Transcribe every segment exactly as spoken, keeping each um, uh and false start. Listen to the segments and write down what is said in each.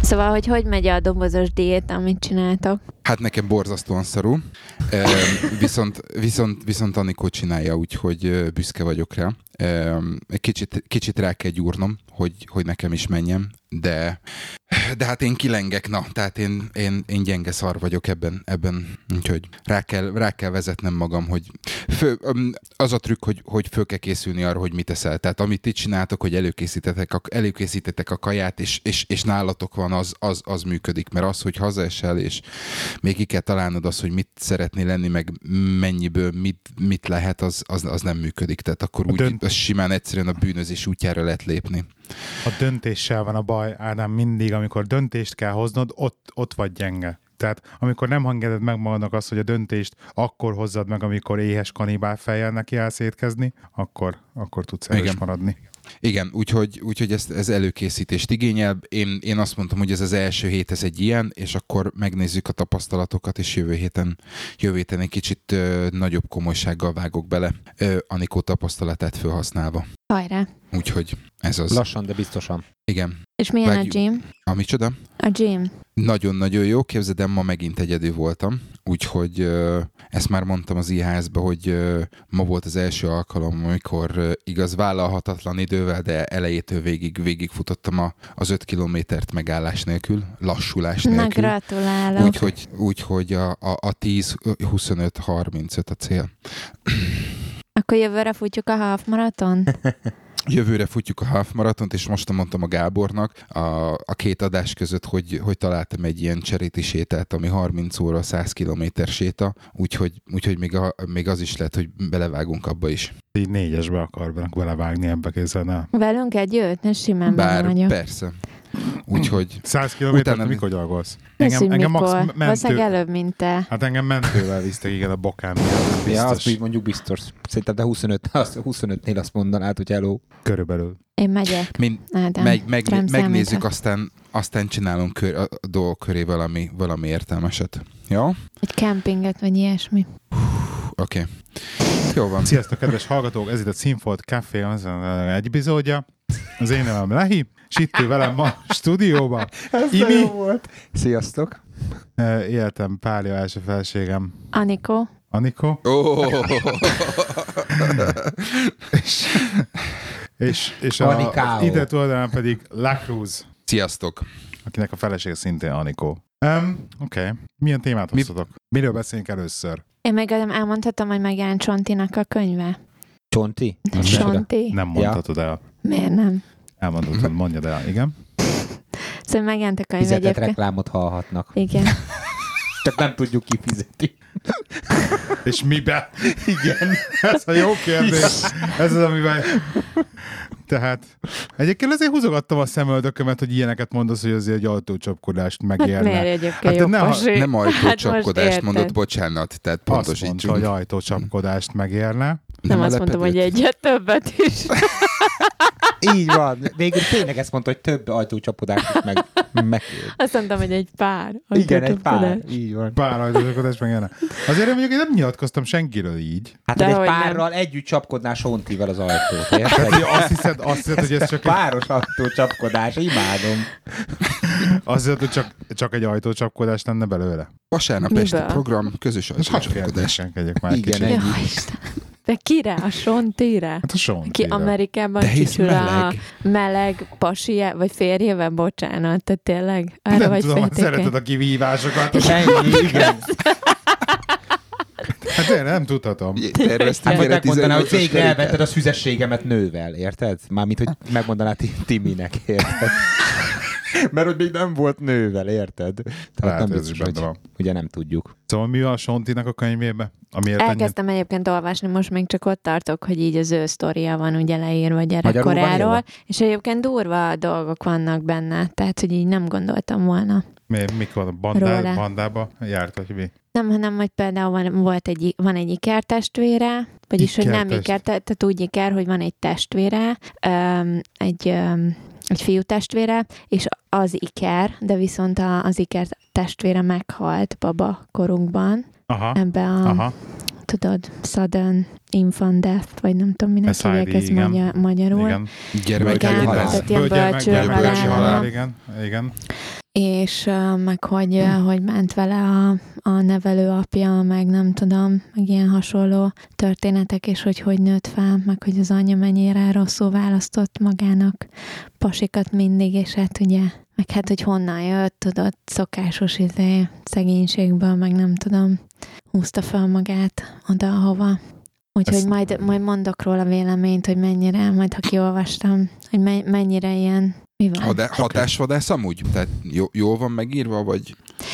Szóval, hogy hogy megy a dobozos diéta, amit csináltok? Hát nekem borzasztóan szarul, e, viszont, viszont, viszont Anikó csinálja, úgyhogy büszke vagyok rá. E, kicsit, kicsit rá kell gyúrnom, hogy, hogy nekem is menjem, de, de hát én kilengek, na, tehát én, én, én gyenge szar vagyok ebben, ebben, úgyhogy rá kell, rá kell vezetnem magam, hogy fő, az a trükk, hogy, hogy föl kell készülni arra, hogy mit eszel. Tehát amit ti csináltok, hogy előkészítetek a, előkészítetek a kaját, és, és, és nálatok van, az, az, az működik, mert az, hogy hazaesel, és még ki kell találnod azt, hogy mit szeretnél lenni, meg mennyiből mit, mit lehet, az, az, az nem működik. Tehát akkor úgy dönt... az simán egyszerűen a bűnözés útjára lehet lépni. A döntéssel van a baj, Ádám, mindig, amikor döntést kell hoznod, ott, ott vagy gyenge. Tehát amikor nem engeded meg magadnak azt, hogy a döntést akkor hozzad meg, amikor éhes kanibál fejjel neki állsz étkezni, akkor, akkor tudsz erős maradni. Igen, úgyhogy, úgyhogy ez, ez előkészítést igényel. Én, én azt mondtam, hogy ez az első hét, ez egy ilyen, és akkor megnézzük a tapasztalatokat, és jövő héten, jövő héten egy kicsit ö, nagyobb komolysággal vágok bele, ö, Anikó tapasztalatát felhasználva. Hajrá! Úgyhogy ez az. Lassan, de biztosan. Igen. És milyen Vágjuk. a gym? A micsoda? A gym. Nagyon-nagyon jó. Képzeld el, ma megint egyedül voltam, úgyhogy ö, ezt már mondtam az i há es-be, hogy ö, ma volt az első alkalom, amikor ö, igaz vállalhatatlan idővel, de elejétől végig végigfutottam a, az öt kilométert megállás nélkül, lassulás nélkül. Na, gratulálok. Úgyhogy, úgyhogy a, a, a tíz huszonöt harmincöt a cél. Akkor jövőre futjuk a half maraton? Jövőre futjuk a half maratont, és most mondtam a Gábornak a, a két adás között, hogy, hogy találtam egy ilyen cseréti sétát, ami harminc óra, száz kilométer séta, úgyhogy, úgyhogy még, a, még az is lehet, hogy belevágunk abba is. Így négyesbe akarnak belevágni, ebbe kézzel, ne? Velünk együtt? Ne simán Bár benne vagyok. persze. Úgyhogy... száz kilométert utána... mikor gyalgolsz? Engem, engem max mentő... Valószínűleg előbb, mint te. Hát engem mentővel visztek, igen, a bokám miatt. Ja, azt mondjuk biztos. Szerintem te huszonöt, azt, huszonötnél azt mondanád, hogy hello. Körülbelül. Én megyek. Min... Ádám, meg, meg, megnézzük, aztán, aztán csinálunk kör, a dolgok köré valami, valami értelmeset. Jó? Egy kempinget, vagy ilyesmi. Oké. Okay. Jó van. Sziasztok, kedves hallgatók! Ez itt a Színfolt Café egy epizódja. Az én nevem Lehi, és itt ül velem ma a stúdióban. Ez Imi. Volt. Sziasztok! Életem párja első felségem. Anikó. Anikó. Oh. és és, és a ide oldalán pedig La Cruz. Sziasztok! Akinek a felesége szintén Anikó. Um, Oké. Okay. Milyen témát hoztatok? Mi? Miről beszéljünk először? Én meg elmondhatom, hogy megjelent Csontinak a könyve. Csonti? Csonti. Nem mondhatod ja. el. Miért nem? Elmondhatod, mondjad el, igen. Szóval megjelent a könyv egyébként. Fizetett egyébként. reklámot hallhatnak. Igen. Csak nem tudjuk kifizeti. És mibe? Igen. Ez a jó kérdés. Ez az, amiben... Tehát egyébként azért húzogattam a szemöldökömet, hogy ilyeneket mondasz, hogy azért egy ajtócsapkodást megélne. Hát miért egyébként hát, nem, pasi? nem ajtócsapkodást hát mondott, bocsánat, tehát pontosítsunk. Azt mondta, hogy ajtócsapkodást megélne. Nem, nem azt mondtam, hogy egyet többet is. Így van. Végül tényleg ezt mondta, hogy több ajtócsapkodást is meg, meg... Azt mondtam, hogy egy pár. Igen, egy pár. Így van. Pár ajtócsapkodást megélne. Azért mondjuk én nem nyilatkoztam senkiről így. Hát de egy párral nem. Együtt csapkodnál Sontivel az ajtót. Érted? Azt hiszed, azt hiszed, hogy ez csak egy... Páros ajtócsapkodás, imádom. Azt hiszed, hogy csak, csak egy ajtócsapkodás lenne belőle. Vasárnap este program, közös ajtócsapkodás. Igen, ennyi. De kire? A Sontire? Hát a Sontire. Ki Amerikában kicsül a meleg pasia, vagy férjével, bocsánat, tehát tényleg? Arra nem vagy tudom, hogy szereted a kihívásokat. Ennyi, igen. Hát én nem tudhatom. Hát vagy megmondaná, hogy végre elvetted a szüzességemet nővel, érted? Mármint, hogy megmondaná Timinek, érted? Mert hogy még nem volt nővel, érted? Tehát hát nem biztos, hogy van. Ugye nem tudjuk. Szóval mi a Sontinak a könyvébe? Elkezdtem ennyi... egyébként olvasni, most még csak ott tartok, hogy így az ő sztoria van ugye leírva gyerekkoráról, és egyébként durva dolgok vannak benne, tehát hogy így nem gondoltam volna. Mi, mikor a bandá, bandába járt, hogy mi? Nem, hanem, hogy például van, volt egy, van egy ikertestvére, vagyis, hogy nem iker, tehát úgy iker, hogy van egy testvére, um, egy... Um, egy fiú testvére, és az iker, de viszont a, az iker testvére meghalt baba korunkban. Aha, ebbe a, aha. tudod, sudden infant death, vagy nem tudom, minek hívják ezt magyar, magyarul. Igen. Gyermeki halál. Tehát ilyen bölcső halál. Igen, igen. és uh, meg hogy, uh, hogy ment vele a, a nevelőapja, meg nem tudom, meg ilyen hasonló történetek, és hogy hogy nőtt fel, meg hogy az anyja mennyire rosszul választott magának pasikat mindig, és hát ugye, meg hát, hogy honnan jött, tudod, szokásos izé, szegénységből, meg nem tudom, húzta fel magát oda, ahova. Úgyhogy majd, majd mondok róla véleményt, hogy mennyire, majd ha kiolvastam, hogy me- mennyire ilyen, mi van? Hadá- hatásvadász amúgy? Tehát jó, jól van megírva, vagy?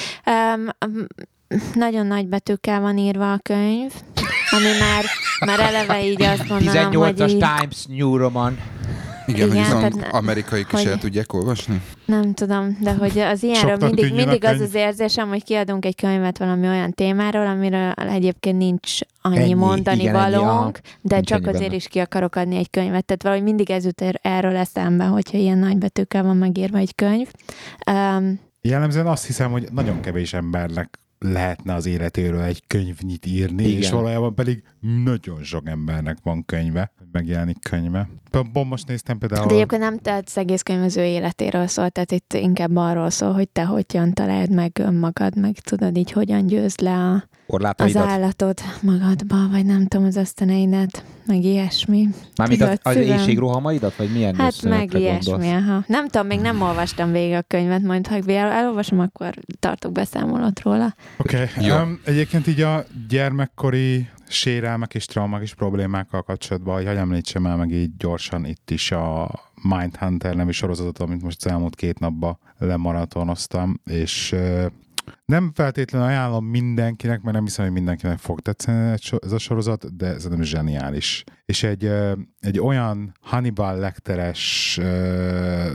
Um, nagyon nagy betűkkel van írva a könyv, ami már, már eleve így azt mondanám, tizennyolcas hogy így... Times New Roman. Igen, Igen, hogy tehát, amerikaik is hogy, el tudják olvasni? Nem tudom, de hogy az ilyenről mindig, mindig az az érzésem, hogy kiadunk egy könyvet valami olyan témáról, amiről egyébként nincs annyi, ennyi mondani igen, valónk, ennyi, de csak azért benne. Is ki akarok adni egy könyvet. Tehát valahogy mindig ez jut erről eszembe, hogyha ilyen nagy betűkkel van megírva egy könyv. Um, Jellemzően azt hiszem, hogy nagyon kevés embernek lehetne az életéről egy könyvnyit írni, igen. És valójában pedig nagyon sok embernek van könyve, megjelenik könyve. Pont most néztem például... De egyébként nem, tehát az egész könyv az ő életéről szól, tehát itt inkább arról szól, hogy te hogyan találd meg önmagad, meg tudod így, hogyan győzd le a, az állatod magadba, vagy nem tudom, az ösztöneidet, meg ilyesmi. Mármint az, az éjségrohamaidat, vagy milyen hát meg ilyesmi, aha. Nem tudom, még nem olvastam végig a könyvet, majd ha el, elolvasom, akkor tartok beszámolót róla. Oké, okay. um, egyébként így a gyermekkori sérelmek és traumák és problémákkal kapcsolatban, hogy említsem el meg így gyorsan itt is a Mindhunter nevű sorozatot, amit most az elmúlt két napban lemaratonoztam, és uh, nem feltétlenül ajánlom mindenkinek, mert nem hiszem, hogy mindenkinek fog tetszeni ez a sorozat, de szerintem zseniális. És egy, uh, egy olyan Hannibal Lecteres uh,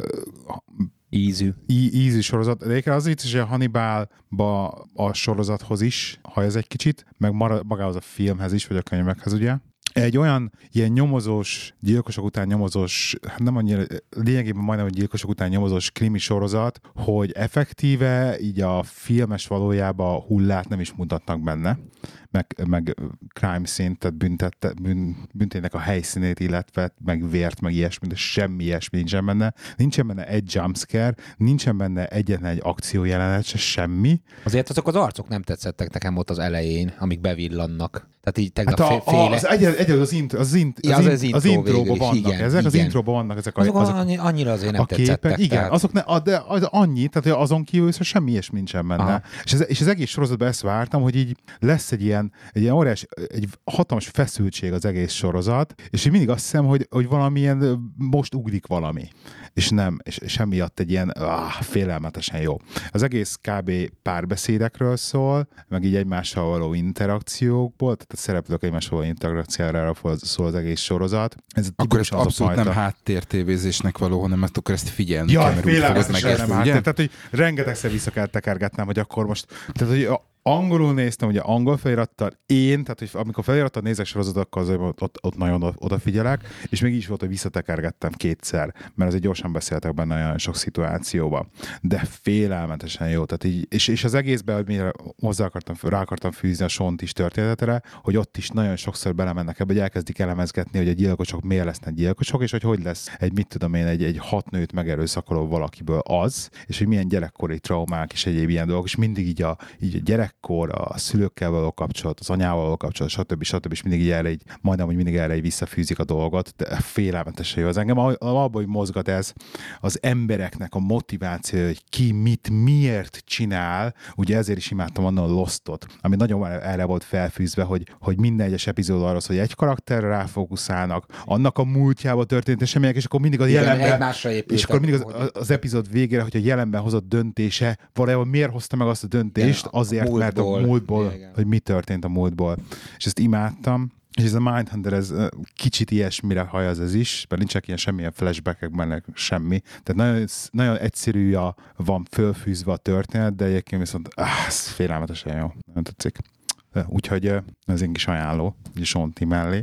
ízű. ízű sorozat. De egyébként az itt is, hogy a Hannibalba a sorozathoz is hajaz egy kicsit, meg magához a filmhez is, vagy a könyvekhez, ugye. Egy olyan ilyen nyomozós, gyilkosok után nyomozós, hát nem annyira, lényegében majdnem, hogy gyilkosok után nyomozós krimi sorozat, hogy effektíve így a filmes valójában hullát nem is mutatnak benne, meg, meg crime scene, tehát büntette, bűn, büntének a helyszínét, illetve meg vért, meg ilyesmi, de semmi ilyesmi nincsen benne. Nincsen benne egy jumpscare, nincsen benne egyetlen egy akciójelenet, se semmi. Azért azok az arcok nem tetszettek nekem ott az elején, amik bevillannak. Tehát így tegnap hát a, féle... Az egyedül egy, az, int, az, int, ja, az, az, int, az intróban vannak igen, ezek, igen. az intróban vannak ezek a... Azok, azok annyi, annyira azért nem a tetszettek. Képen, igen, tehát... azok ne, de az annyi, tehát azon kívül semmi ilyesmi nincsen benne. És, ez, és az egész sorozatban ezt vártam, hogy így lesz egy ilyen, egy ilyen óriás, egy hatalmas feszültség az egész sorozat, és én mindig azt hiszem, hogy, hogy valamilyen most ugrik valami. És nem, és, és emiatt egy ilyen ah, félelmetesen jó. Az egész kb. Párbeszédekről szól, meg így egymással való interakciókból, tehát a szereplők egymással való interakciójára szól az egész sorozat. Ez akkor ez abszolút nem háttértévézésnek való, hanem mert akkor ezt figyelni ja, kell, mert úgy fogod meg ezt, ugye? Tehát, hogy rengetegszer vissza kell tekergetnem, hogy akkor most, tehát, hogy a angolul néztem, ugye angol felirattal, én, tehát hogy amikor felirattal nézek sorozatot, akkor azért ott, ott, ott nagyon odafigyelek, és még így is volt, hogy visszatekergettem kétszer, mert azért gyorsan beszéltek benne olyan sok szituációban. De félelmetesen jó. Tehát így, és, és az egészben, hogy mire hozzá akartam, rá akartam fűzni a Sont is történetre, hogy ott is nagyon sokszor belemennek ebbe, hogy elkezdik elemezgetni, hogy a gyilkosok miért lesznek gyilkosok, és hogy hogy lesz egy, mit tudom én, egy, egy hat nőt megerőszakoló valakiből az, és hogy milyen gyerekkori traumák és egyéb ilyen dolgok, és mindig így a, így a gyerek akkor a szülőkkel való kapcsolat, az anyával való kapcsolat, stb. stb. És mindig így erre így, majdnem, hogy mindig erre így visszafűzik a dolgot, de félelmetesen jó az engem. Abban, hogy mozgat ez az embereknek a motiváció, hogy ki mit, miért csinál, ugye ezért is imádtam annak a Lostot, ami nagyon erre volt felfűzve, hogy, hogy minden egyes epizód arról, hogy egy karakterre ráfókuszálnak, annak a múltjába történt események, és akkor mindig a jelenben, és akkor mindig az, az epizód végére, hogy a jelenben hozott döntése, valójában miért hozta meg azt a döntést, azért, mert a múltból, igen. Hogy mi történt a múltból. És ezt imádtam. És ez a Mindhunter, ez kicsit ilyesmire hajaz ez is, mert nincsenek ilyen semmilyen flashbackek benne, semmi. Tehát nagyon, nagyon egyszerű a, van fölfűzve a történet, de egyébként viszont ah, ez félelmetesen jó. Nem tetszik. Úgyhogy ez én kis ajánló, Sonti mellé.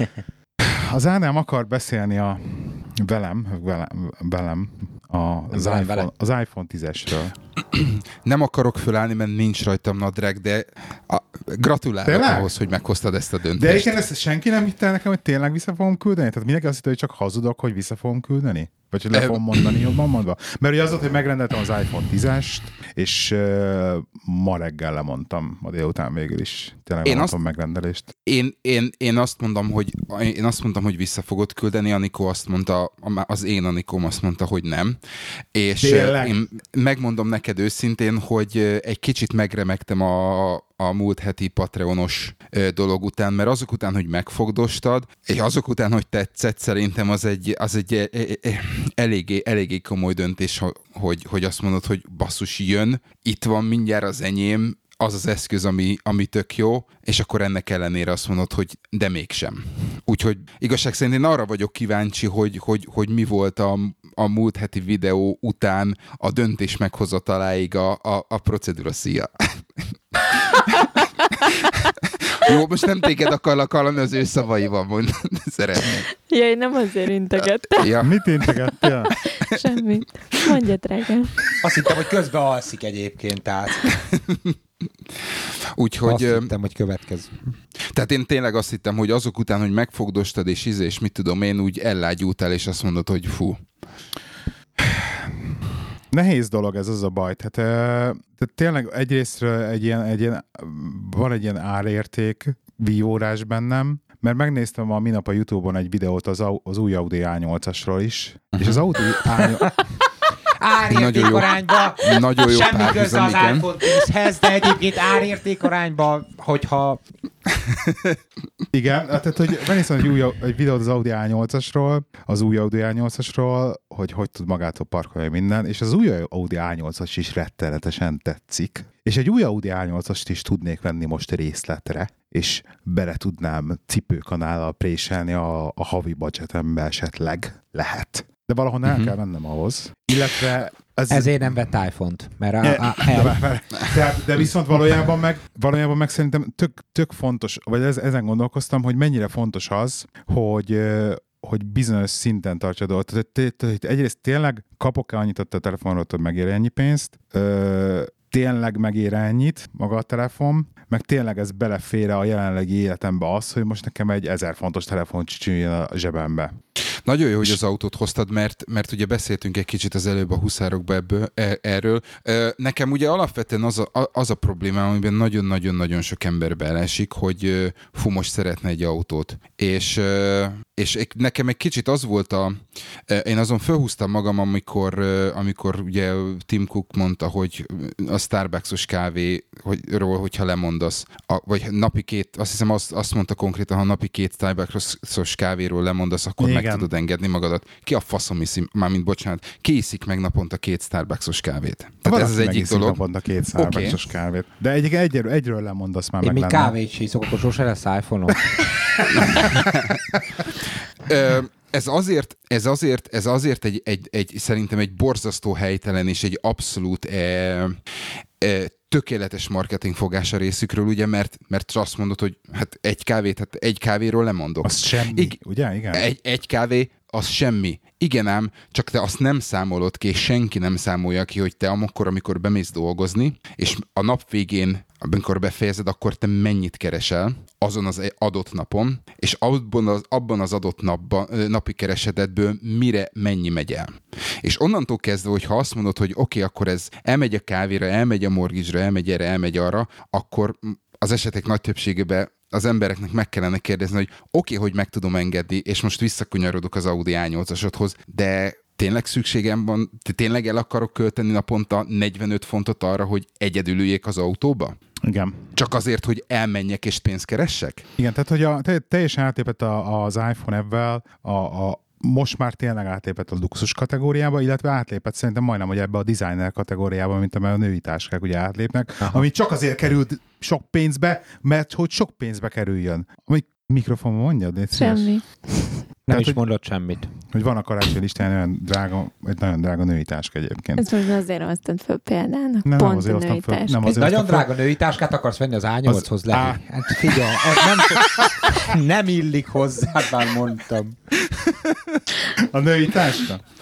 Az Ádám akar beszélni a velem, velem, velem a, az, iPhone, vele. az iPhone tízesről. Nem akarok fölállni, mert nincs rajtam nadrág, de a, gratulálok tényleg? Ahhoz, hogy meghoztad ezt a döntést. De igen, ezt senki nem hitte nekem, hogy tényleg vissza fogom küldeni? Tehát mindenki azt hitte, hogy csak hazudok, hogy vissza fogom küldeni? Vagy hogy le fogom mondani jobban mondva? Mert ugye az volt, hogy megrendeltem az iPhone tízest, és uh, ma reggel lemondtam a délután végül is. Tényleg én azt, megrendelést. Én, én, én, azt mondom, hogy, én azt mondtam, hogy vissza fogod küldeni, Anikó azt mondta, az én Anikóm azt mondta, hogy nem. És tényleg? Én megmondom neked őszintén, hogy egy kicsit megremegtem a, a múlt heti Patreonos dolog után, mert azok után, hogy megfogdostad, és azok után, hogy tetszett, szerintem az egy, az egy eléggé, eléggé komoly döntés, hogy, hogy azt mondod, hogy basszus, jön, itt van mindjárt az enyém, az az eszköz, ami, ami tök jó, és akkor ennek ellenére azt mondod, hogy de mégsem. Úgyhogy igazság szerint én arra vagyok kíváncsi, hogy, hogy, hogy mi volt a, a múlt heti videó után a döntés meghozataláig a, a, a procedúra. Szia! Jó, most nem téged akarlak hallani, az ő szavaival mondani, szeretném. Ja, én nem azért integettem. Ja. Mit integettél? Semmit. Mondja, drágám. Azt hittem, hogy közben alszik egyébként, tehát... Úgyhogy... Azt hittem, hogy következő. Tehát én tényleg azt hittem, hogy azok után, hogy megfogdostad és íze, és mit tudom én, úgy ellágyultál, és azt mondod, hogy fú. Nehéz dolog ez, az a baj. Tehát, tehát tényleg egyrésztről egy ilyen, egy ilyen, van egy ilyen árérték vívórás bennem, mert megnéztem a minap a YouTube-on egy videót az, az új Audi á nyolcasról is, uh-huh. és az Audi á nyolcas... árértékarányba nagyon jó semmi köze az iPhone tízhez, de egyébként árértékarányba, hogyha... Igen, tehát hogy megnéztem egy, új, egy videót az Audi á nyolcasról, az új Audi á nyolcasról, hogy hogy tud magától parkolni minden, és az új Audi á nyolcas is rettenetesen tetszik. És egy új Audi á nyolcast is tudnék venni most részletre, és bele tudnám cipőkanállal préselni a, a havi budgetembe esetleg. Lehet. De valahol el uh-huh. kell mennem ahhoz. Illetve... Ez... Ezért nem vett iPhone-t, mert a... a, a de, de, de viszont valójában meg, valójában meg szerintem tök, tök fontos, vagy ez, ezen gondolkoztam, hogy mennyire fontos az, hogy, hogy bizonyos szinten tartsa a dolgot. Tehát egyrészt tényleg kapok-e annyit a telefonról, hogy megér ennyi pénzt, tényleg megér ennyit maga a telefon, meg tényleg ez belefér a jelenlegi életembe az, hogy most nekem egy ezer fontos telefon csücsüljön a zsebembe. Nagyon jó, hogy az autót hoztad, mert, mert ugye beszéltünk egy kicsit az előbb a huszárokba ebből, erről. Nekem ugye alapvetően az a, az a problémám, amiben nagyon-nagyon-nagyon sok ember beleesik, hogy fú, most szeretne egy autót. És, és nekem egy kicsit az volt a... Én azon fölhúztam magam, amikor, amikor ugye Tim Cook mondta, hogy a Starbucks-os kávéról, hogyha lemondasz, a, vagy napi két, azt hiszem azt, azt mondta konkrétan, ha napi két Starbucks-os kávéról lemondasz, akkor igen. meg tudod engedni magadat. Ki a faszom iszi, mármint bocsánat, ki iszik meg naponta két Starbucks-os kávét? Tehát ez az egyik dolog. naponta két Starbucks-os okay. kávét. De egy, egyről, egyről lemondasz már én meg még lenne. kávét is iszok, akkor sose lesz iPhone-om. Ez azért, ez azért, ez azért egy, egy, egy, szerintem egy borzasztó helytelen és egy abszolút e, e, tökéletes marketingfogás a részükről, ugye, mert, mert azt mondod, hogy hát egy kávét, hát egy kávéról lemondok. Az semmi, I- ugye? Igen. Egy, egy kávé, az semmi. Igen ám, csak te azt nem számolod ki, és senki nem számolja ki, hogy te akkor, amikor bemész dolgozni, és a nap végén, amikor befejezed, akkor te mennyit keresel azon az adott napon, és abban az, abban az adott napban, napi keresetedből mire mennyi megy el. És onnantól kezdve, hogyha azt mondod, hogy oké, okay, akkor ez elmegy a kávéra, elmegy a mortgage-ra, elmegy erre, elmegy arra, akkor az esetek nagy többségében az embereknek meg kellene kérdezni, hogy oké, okay, hogy meg tudom engedni, és most visszakanyarodok az Audi á nyolcasodhoz, de tényleg szükségem van, tényleg el akarok költeni naponta negyvenöt fontot arra, hogy egyedül üljék az autóba? Igen. Csak azért, hogy elmenjek és pénzt keressek? Igen, tehát hogy a, teljesen átlépett a, az iPhone app-vel a, a most már tényleg átlépett a luxus kategóriába, illetve átlépett szerintem majdnem, hogy ebbe a designer kategóriába, mint amely a női táskák ugye átlépnek, aha. ami csak azért került sok pénzbe, mert hogy sok pénzbe kerüljön. Ami mikrofon mondjad? Semmi. Nem Tehát, is mondott semmit. Hogy van a karácsony listán olyan drága, egy nagyon drága női táska egyébként. Ez most azért osztad föl példának. Nem, Pont nem azért a női föl, táska. nem azért nagyon föl. drága női táskát akarsz venni az á nyolchoz, Levi? Á... Hát figyelj, az nem, nem illik hozzá, már mondtam. A női táska?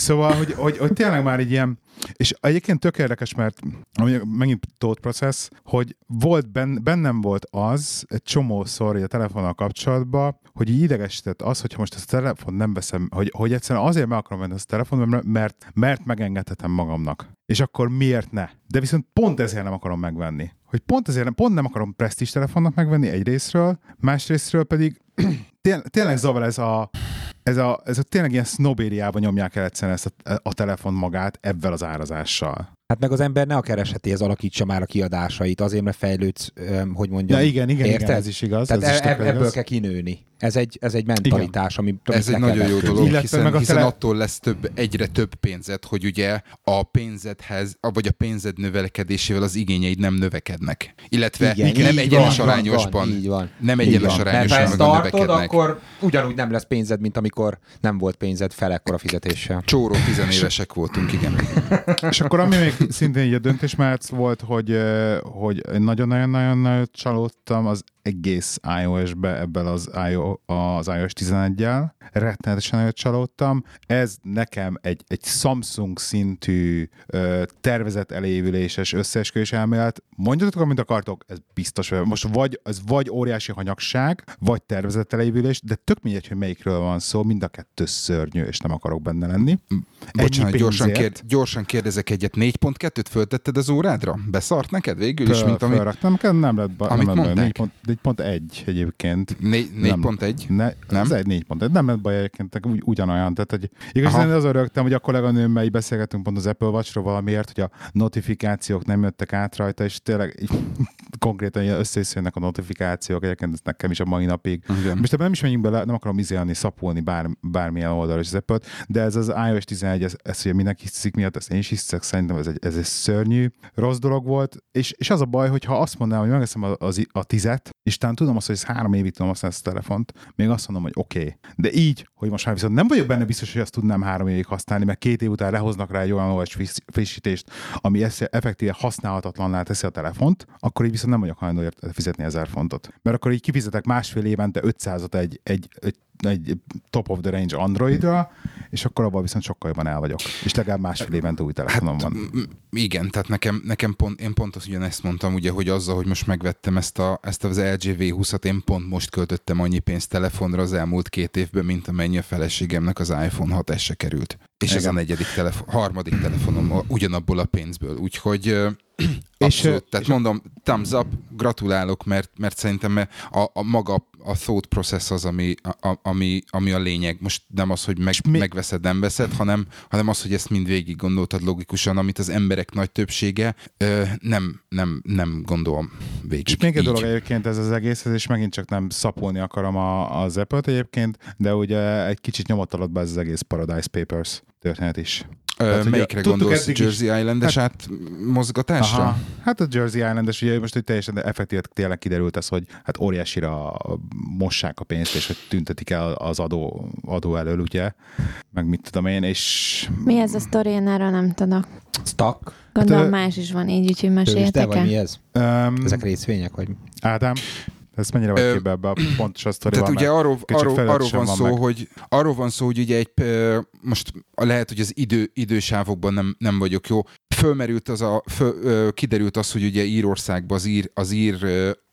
Szóval, hogy, hogy, hogy tényleg már így ilyen, és egyébként tök érdekes, mert megint thought process, hogy volt ben, bennem volt az egy csomószor a telefonnal kapcsolatban, hogy így idegesített az, hogyha most ezt a telefont nem veszem, hogy, hogy egyszerűen azért meg akarom venni ezt a telefont, mert, mert megengedhetem magamnak. És akkor miért ne? De viszont pont ezért nem akarom megvenni. Hogy pont ezért nem, pont nem akarom presztízs telefonnak megvenni egy részről, más részről pedig té- tényleg zavar ez a Ez a, ez a tényleg ilyen sznobériában nyomják el egyszerűen ezt a, a telefon magát ebben az árazással. Hát meg az ember ne a keresetéhez alakítsa már a kiadásait, azért, mert fejlődsz, hogy mondjam. Ja, igen, igen, érted? igen, ez is igaz. Tehát ez e- is ebből igaz. kell kinőni. Ez egy, ez egy mentalitás, ami... Ez egy nagyon jó dolog, Illetve hiszen, meg a hiszen tele... attól lesz több, egyre több pénzed, hogy ugye a pénzedhez, vagy a pénzed növelkedésével az igényeid nem növekednek. Illetve igen, nem egyenes van, arányosban. van, így van. Nem egyenes arányosban Mert ha ezt tartod, növekednek. akkor ugyanúgy nem lesz pénzed, mint amikor nem volt pénzed felekkora fizetéssel. Csóró tizenévesek voltunk, igen. És akkor ami még szintén így a döntés mellett volt, hogy, hogy nagyon-nagyon-nagyon csalódtam az egész iOS-be ebben az, iO, az iOS tizeneggyel. Rettenetesen nagyon csalódtam. Ez nekem egy, egy Samsung szintű ö, tervezett elévüléses összeesküvés elmélet. Mondjatok, amit akartok, ez biztos. Most vagy, ez vagy óriási hanyagság, vagy tervezett elévülés, de tök mindegy, hogy melyikről van szó, mind a kettő szörnyű, és nem akarok benne lenni. Bocsánat, gyorsan, kérd, gyorsan kérdezek egyet. négy pont kettőt föltetted az órádra? Beszart neked végül is, mint ami... Fölraktam, nem lett baj. Amit mondták? négy pont egy egyébként. négy pont egy? Ne, nem? Ez egy négy pont egy. Nem lett baj egyébként, ugy, ugyanolyan. Tehát, hogy igazán az örögtem, hogy a kolléganőmmel így beszélgetünk pont az Apple Watch-ról valamiért, hogy a notifikációk nem jöttek át rajta, és tényleg így, konkrétan összejöjjönnek a notifikációk, egyébként ez nekem is a mai napig. Igen. Most ebben nem is menjünk bele, nem akarom izélni, szapulni bár, bármilyen oldalra is az Apple-t, de ez az iOS tizenegy, ez, ez ugye mindenki hiszik miatt, ezt én is hiszek, szerintem ez egy, ez egy szörnyű, rossz dolog volt, és, és az a baj, hogy ha azt mondanám, hogy megveszem a, a, a tizet, és talán tudom azt, hogy ez három évig tudom használni ezt a telefont, még azt mondom, hogy oké. Okay. De így, hogy most már viszont nem vagyok benne biztos, hogy azt tudnám három évig használni, mert két év után lehoznak rá egy olyan o es frissítést, ami effektíve használhatatlanná teszi a telefont, akkor így viszont nem vagyok hajlandó fizetni ezer fontot. Mert akkor így kifizetek másfél évente ötszázat egy, egy, egy egy top of the range Androidra, és akkor abban viszont sokkal jobban el vagyok. És legalább másfél évente új telefonom hát, van. Igen, tehát nekem, nekem pont, én pont azt ugyanezt mondtam, ugye, hogy azzal, hogy most megvettem ezt, a, ezt az el gé vé húszat, én pont most költöttem annyi pénzt telefonra az elmúlt két évben, mint amennyi a feleségemnek az iPhone hat es-e került. És igen. Ez a negyedik telefon, harmadik telefonom ugyanabból a pénzből. Úgyhogy abszolút, és, tehát és mondom, thumbs up, gratulálok, mert, mert szerintem a, a maga a thought process az, ami a, ami, ami a lényeg. Most nem az, hogy meg, mi... megveszed, nem veszed, hanem, hanem az, hogy ezt mind végig gondoltad logikusan, amit az emberek nagy többsége ö, nem, nem, nem gondol végig. És még egy dolog egyébként ez az egészhez, és megint csak nem szapolni akarom a, az Apple-t egyébként, de ugye egy kicsit nyomott alatt be ez az egész Paradise Papers történet is. Tehát, melyikre gondolsz? Jersey Island-es hát, átmozgatásra? Aha. Hát a Jersey Island-es, ugye most hogy teljesen effektív tényleg kiderült az, hogy hát óriásira mossák a pénzt, és hogy tüntetik el az adó, adó elől, ugye? Meg mit tudom én, és... Mi ez a sztori, én erről nem tudok. Stock? Gondolom hát, más is van így, úgyhogy meséljetek el. Vagy mi ez? Um, Ezek részvények, vagy? Ádám? Ez mennyire vagy képbe ebbe a pontos a sztoriban? Tehát ugye arról, arról, arról, van van szó, hogy, arról van szó, hogy ugye egy, most lehet, hogy az idő, idősávokban nem, nem vagyok jó. Fölmerült az a, föl, kiderült az, hogy ugye Írországban az ír, az ír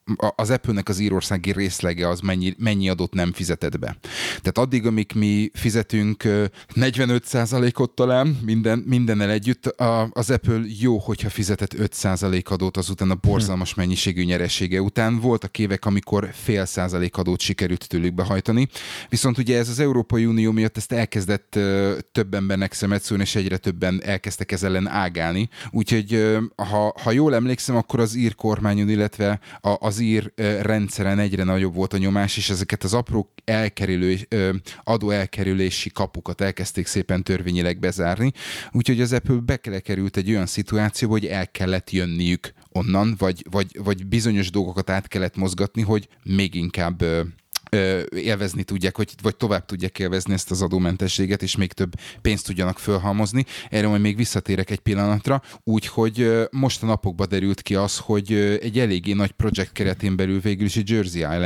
az Apple-nek az írországi részlege az mennyi, mennyi adót nem fizetett be. Tehát addig, amíg mi fizetünk negyvenöt százalékot talán minden, mindennel együtt, az Apple jó, hogyha fizetett öt százalék adót azután a borzalmas mennyiségű nyeresége után. Voltak évek, amikor fél százalék adót sikerült tőlük behajtani. Viszont ugye ez az Európai Unió miatt ezt elkezdett több embernek szemet szólni, és egyre többen elkezdtek ez ellen ágálni. Úgyhogy ha, ha jól emlékszem, akkor az ír kormányon, illetve az ír rendszeren egyre nagyobb volt a nyomás, és ezeket az apró elkerülő, adó elkerülési kapukat elkezdték szépen törvényileg bezárni. Úgyhogy az Apple belekerült egy olyan szituációba, hogy el kellett jönniük onnan, vagy, vagy, vagy bizonyos dolgokat át kellett mozgatni, hogy még inkább élvezni tudják, vagy, vagy tovább tudják élvezni ezt az adómentességet, és még több pénzt tudjanak fölhalmozni. Erre majd még visszatérek egy pillanatra. Úgyhogy most a napokban derült ki az, hogy egy eléggé nagy projekt keretén belül végül is a Jersey Island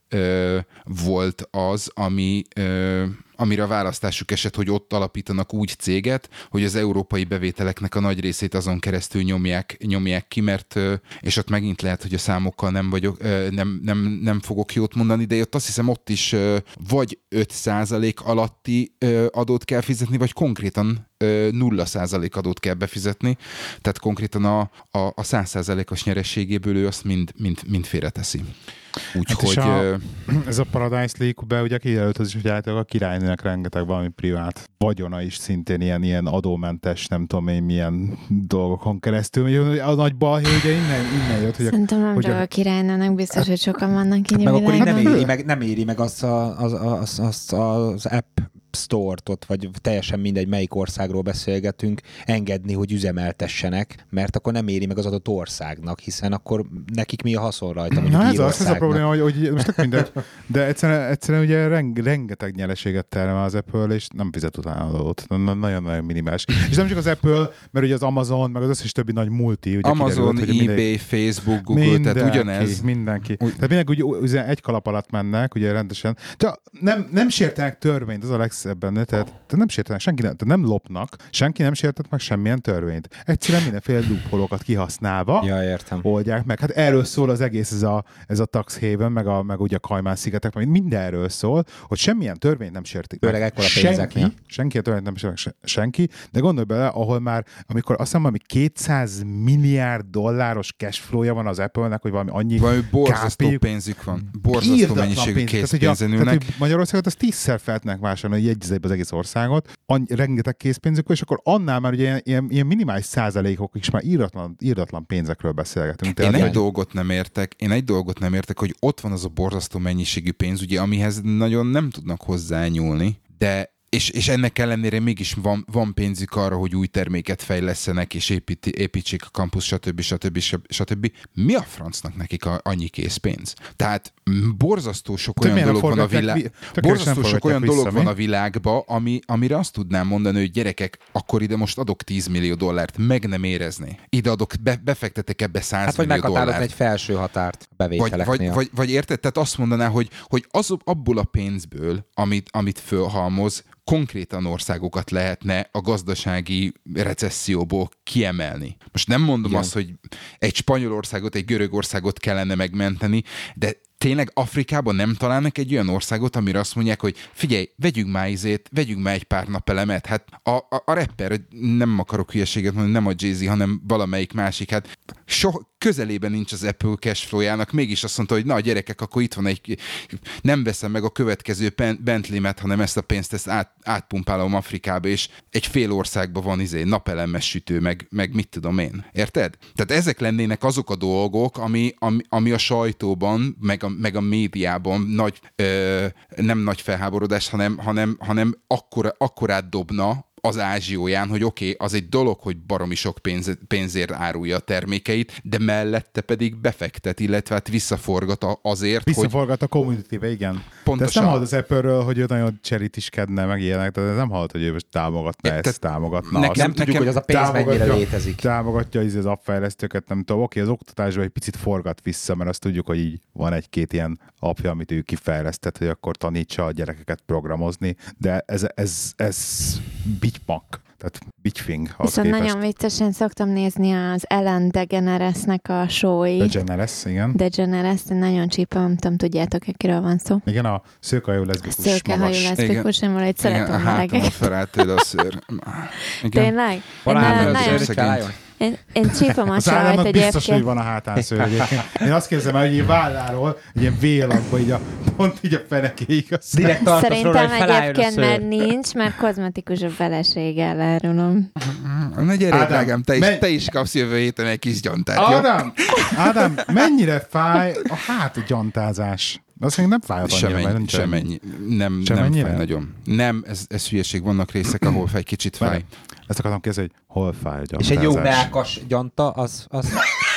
ö, volt az, ami, ö, amire a választásuk esett, hogy ott alapítanak úgy céget, hogy az európai bevételeknek a nagy részét azon keresztül nyomják, nyomják ki, mert, ö, és ott megint lehet, hogy a számokkal nem, vagyok, ö, nem, nem, nem fogok jót mondani, de ott azt hiszem ott is ö, vagy öt százalék alatti ö, adót kell fizetni, vagy konkrétan nulla százalék adót kell befizetni, tehát konkrétan a, a, a száz százalékos nyerességéből ő azt mind, mind, mind félreteszi. Úgyhogy... Hát a, ez a Paradise League-be ugye kijelölt az is, hogy általában a királynőnek rengeteg valami privát vagyona is szintén ilyen, ilyen adómentes, nem tudom én milyen dolgokon keresztül. A nagy balhé ugye innen, innen jött, hogy... Szerintem nem hogy a, a királynőnek biztos, hogy sokan vannak így a meg világon. akkor így nem éri meg, nem éri meg azt, a, az, az, az, az app store-t ott, vagy teljesen mindegy, melyik országról beszélgetünk, engedni, hogy üzemeltessenek, mert akkor nem éri meg az adott országnak, hiszen akkor nekik mi a haszon rajta, mondjuk Na ez, Írországnak. az, ez a probléma, hogy, hogy most tök mindegy, de egyszerűen, egyszerűen ugye reng, rengeteg nyereséget termel az Apple, és nem fizet utána adót. Nagyon-nagyon minimális. És nem csak az Apple, mert ugye az Amazon, meg az összes többi nagy multi. Ugye Amazon, kiderült, eBay, mindegy, Facebook, Google, mindenki, tehát ugyanez. Mindenki. Úgy. Tehát mindenki ugye egy kalap alatt mennek, ugye rendesen. De nem, nem sértenek törvényt, az a legszebb benne, tehát nem sértenek, senki nem, tehát nem lopnak, senki nem sértett meg semmilyen törvényt. Egyszerűen mindenféle loophole-okat kihasználva ja, értem. oldják meg. Hát erről szól az egész ez a, ez a Tax Haven, meg, a, meg ugye a Kajmán-szigetek, meg mindenről szól, hogy semmilyen törvényt nem sértik meg. Főleg ekkora pénzeknél. Senki, senki a törvényt nem sértik meg senki, de gondolj bele, ahol már, amikor azt hiszem, valami kétszáz milliárd dolláros cashflow-ja van az Apple-nek, hogy valami annyi valami borzasztó kápéjuk, pénzük van. Borzasztó mennyiségű készpénzen ülnek. Magyarországot az tízszer fel tudnák vásárolni, hogy jegyzébe az egész országot, annyi, rengeteg készpénzük van, és akkor annál már ugye ilyen, ilyen, ilyen minimális százalékok is már íratlan, íratlan pénzekről beszélgetünk. Én Tehát egy dolgot nem értek, én egy dolgot nem értek, hogy ott van az a borzasztó mennyiségű pénz, ugye, amihez nagyon nem tudnak hozzányúlni, de És, és ennek ellenére mégis van, van pénzük arra, hogy új terméket fejlesztenek, és építi, építsék a kampusz, stb. stb. stb. Mi a francnak nekik a, annyi készpénz? Tehát borzasztó sok olyan dolog van a világ, borzasztó sok olyan dolog van a világban, ami, amire azt tudnám mondani, hogy gyerekek, akkor ide most adok tíz millió dollárt, meg nem érezni. Ide adok, be, befektetek ebbe száz hát, millió dollárt. Hát vagy meghatározni egy felső határt bevételeknél. Vagy, vagy, vagy, vagy érted? Tehát azt mondaná, hogy, hogy az, abból a pénzből, amit, amit fölhalmoz, konkrétan országokat lehetne a gazdasági recesszióból kiemelni. Most nem mondom Igen. azt, hogy egy Spanyolországot, egy Görögországot kellene megmenteni, de tényleg Afrikában nem találnak egy olyan országot, amire azt mondják, hogy figyelj, vegyünk már izét, vegyünk már egy pár napelemet. Hát a, a, a rapper, nem akarok hülyeséget mondani, nem a Jay-Z, hanem valamelyik másik, hát so, közelében nincs az Apple cashflow-jának, mégis azt mondta, hogy na gyerekek, akkor itt van egy, nem veszem meg a következő Bentley-met, hanem ezt a pénzt ezt át, átpumpálom Afrikába, és egy fél országban van izé napelemes sütő, meg, meg mit tudom én. Érted? Tehát ezek lennének azok a dolgok, ami, ami, ami a sajtóban, meg a, meg a médiában nagy, ö, nem nagy felháborodás, hanem, hanem, hanem akkora, akkorát dobna az ázsióján, hogy oké, okay, az egy dolog, hogy baromi sok pénz, pénzért árulja a termékeit, de mellette pedig befektet, illetve hát visszaforgat azért, visszaforgat hogy... a community-be, igen. Pontosan. De ezt nem hallod az Apple-ről, hogy ő nagyon cserítiskedne, meg ilyenek, tehát nem hallod, hogy ő most támogatna é, ezt, támogatna nekem, azt. Nem tudjuk, hogy az a pénz mennyire létezik. Támogatja az appfejlesztőket, nem tudom, oké, okay, az oktatásban egy picit forgat vissza, mert azt tudjuk, hogy így van egy-két ilyen appja, amit ő kifejlesztett, hogy akkor tanítsa a gyerekeket programozni, de ez, ez, ez bitmak, tehát bitfing. Viszont képest. Nagyon viccesen szoktam nézni az Ellen DeGeneres-nek a show-i. DeGeneres, igen. DeGeneres, nagyon csípem, nem tudom, tudjátok, kiről van szó. Igen, a szőkehajú leszbikus magas. Szőkehajú leszbikus, én valahogy szeretem melegek. Igen, a feláll tőle a szőr. Tényleg? Én, én csípem a sajt egyébként. Biztos, hogy van a hátán szőr egyébként. Én azt kérdezem, hogy egy válláról, egy ilyen vélakba, így a, pont így a fenekéig. Szerintem egyébként már nincs, mert kozmetikus a feleséggel elrulom. Na gyere, drágám, te, men... te is kapsz jövő héten egy kis gyantát, Ádám, Ádám, mennyire fáj a hátgyantázás? Azt még nem fáj a Semennyi, semennyi. Nem, nem fáj nagyon. Nem, ez, ez hülyeség. Vannak részek, ahol fáj, kicsit fáj. Ezt akartam kérdezni, hogy hol fáj a gyantázás. És egy jó melkas gyanta, az... az...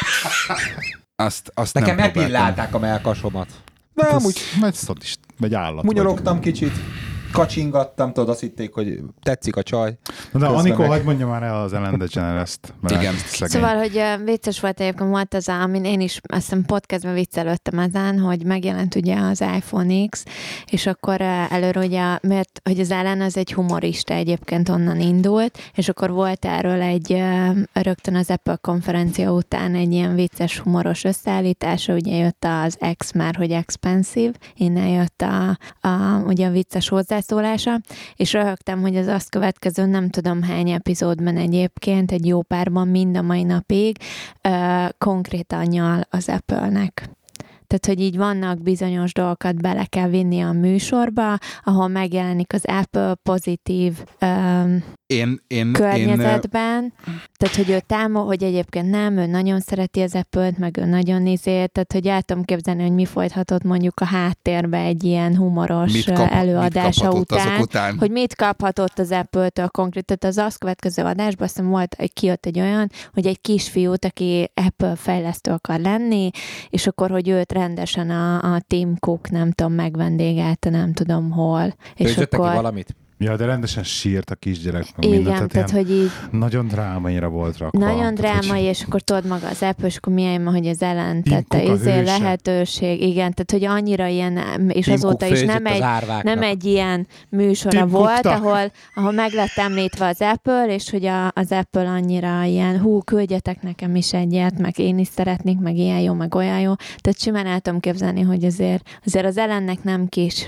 azt, azt nekem megvillálták a melkasomat. De amúgy... Mert szadist, vagy állat. Munyorogtam kicsit. kacsingattam, tudod, azt hitték, hogy tetszik a csaj. Na, de Anikó, meg... hagyd mondja már el az Ellen DeGeneres-t. Igen. Szóval, hogy uh, vicces volt egyébként, volt az, amin én is azt hiszem podcastban viccelődtem ezen, hogy megjelent ugye az iPhone X, és akkor uh, előre ugye, mert hogy az Ellen az egy humorista egyébként onnan indult, és akkor volt erről egy uh, rögtön az Apple konferencia után egy ilyen vicces, humoros összeállítása, ugye jött az X már, hogy expensive, innen jött a, a, ugye a vicces hozzászólása, és röhögtem, hogy az azt következő nem tudom hány epizódban egyébként, egy jó párban mind a mai napig uh, konkrétan nyal az Apple-nek. Tehát, hogy így vannak bizonyos dolgokat bele kell vinni a műsorba, ahol megjelenik az Apple pozitív um, én, én, környezetben. Én... Tehát, hogy ő támol, hogy egyébként nem, ő nagyon szereti az Apple-t, meg ő nagyon nézért, tehát, hogy el tudom képzelni, hogy mi folythatott mondjuk a háttérbe egy ilyen humoros kap, előadása után, után, hogy mit kaphatott az Apple-től konkrét. Tehát az azt következő adásban azt hiszem volt, kijött egy olyan, hogy egy kisfiút, aki Apple fejlesztő akar lenni, és akkor, hogy őt rendesen a, a Tim Cook, nem tudom, megvendégelte, nem tudom hol. És akkor... valamit? Ja, de rendesen sírt a kisgyerek. Igen, minden, tehát, tehát hogy így... Nagyon drámaira volt rakva. Nagyon drámai, hogy... és akkor tudod maga az Apple, és akkor milyen, hogy az ellentette, izé lehetőség, igen, tehát hogy annyira ilyen, és Tim azóta is nem egy, nem egy ilyen műsora Tim volt, ahol, ahol meg lett említve az Apple, és hogy a, az Apple annyira ilyen, hú, küldjetek nekem is egyet, meg én is szeretnék, meg ilyen jó, meg olyan jó. Tehát simán el tudom képzelni, hogy azért, azért az ellennek nem kis,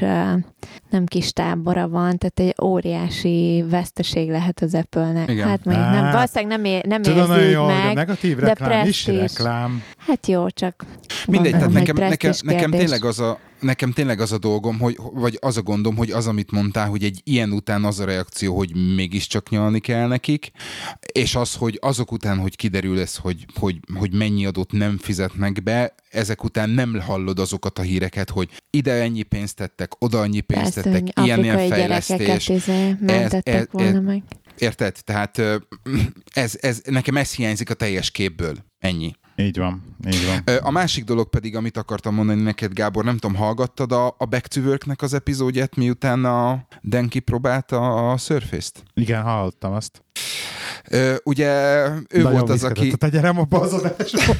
nem kis tábora van, tehát egy óriási veszteség lehet az Apple-nek. Igen. Hát mondjuk nem, valószínűleg nem, ér, nem Tudom, érzi jó, meg, de negatív reklám de is reklám. Hát jó, csak mindegy, tehát nekem, nekem, nekem tényleg az a Nekem tényleg az a dolgom, hogy, vagy az a gondom, hogy az, amit mondtál, hogy egy ilyen után az a reakció, hogy mégiscsak nyalni kell nekik, és az, hogy azok után, hogy kiderül ez, hogy, hogy, hogy mennyi adót nem fizetnek be, ezek után nem hallod azokat a híreket, hogy ide ennyi pénzt tettek, oda annyi pénzt Persze, tettek, ilyen ilyen fejlesztés. Izé mentettek ez, ez, volna ez, meg. Érted? Tehát ez, ez, nekem ez hiányzik a teljes képből. Ennyi. Így van, így van. A másik dolog pedig, amit akartam mondani neked, Gábor, nem tudom, hallgattad a, a Back to Work-nek az epizódját, miután a Dan kipróbálta a Surface-t? Igen, hallottam azt. Ö, ugye ő Nagyon volt az, aki... Te gyerem a bazadásba.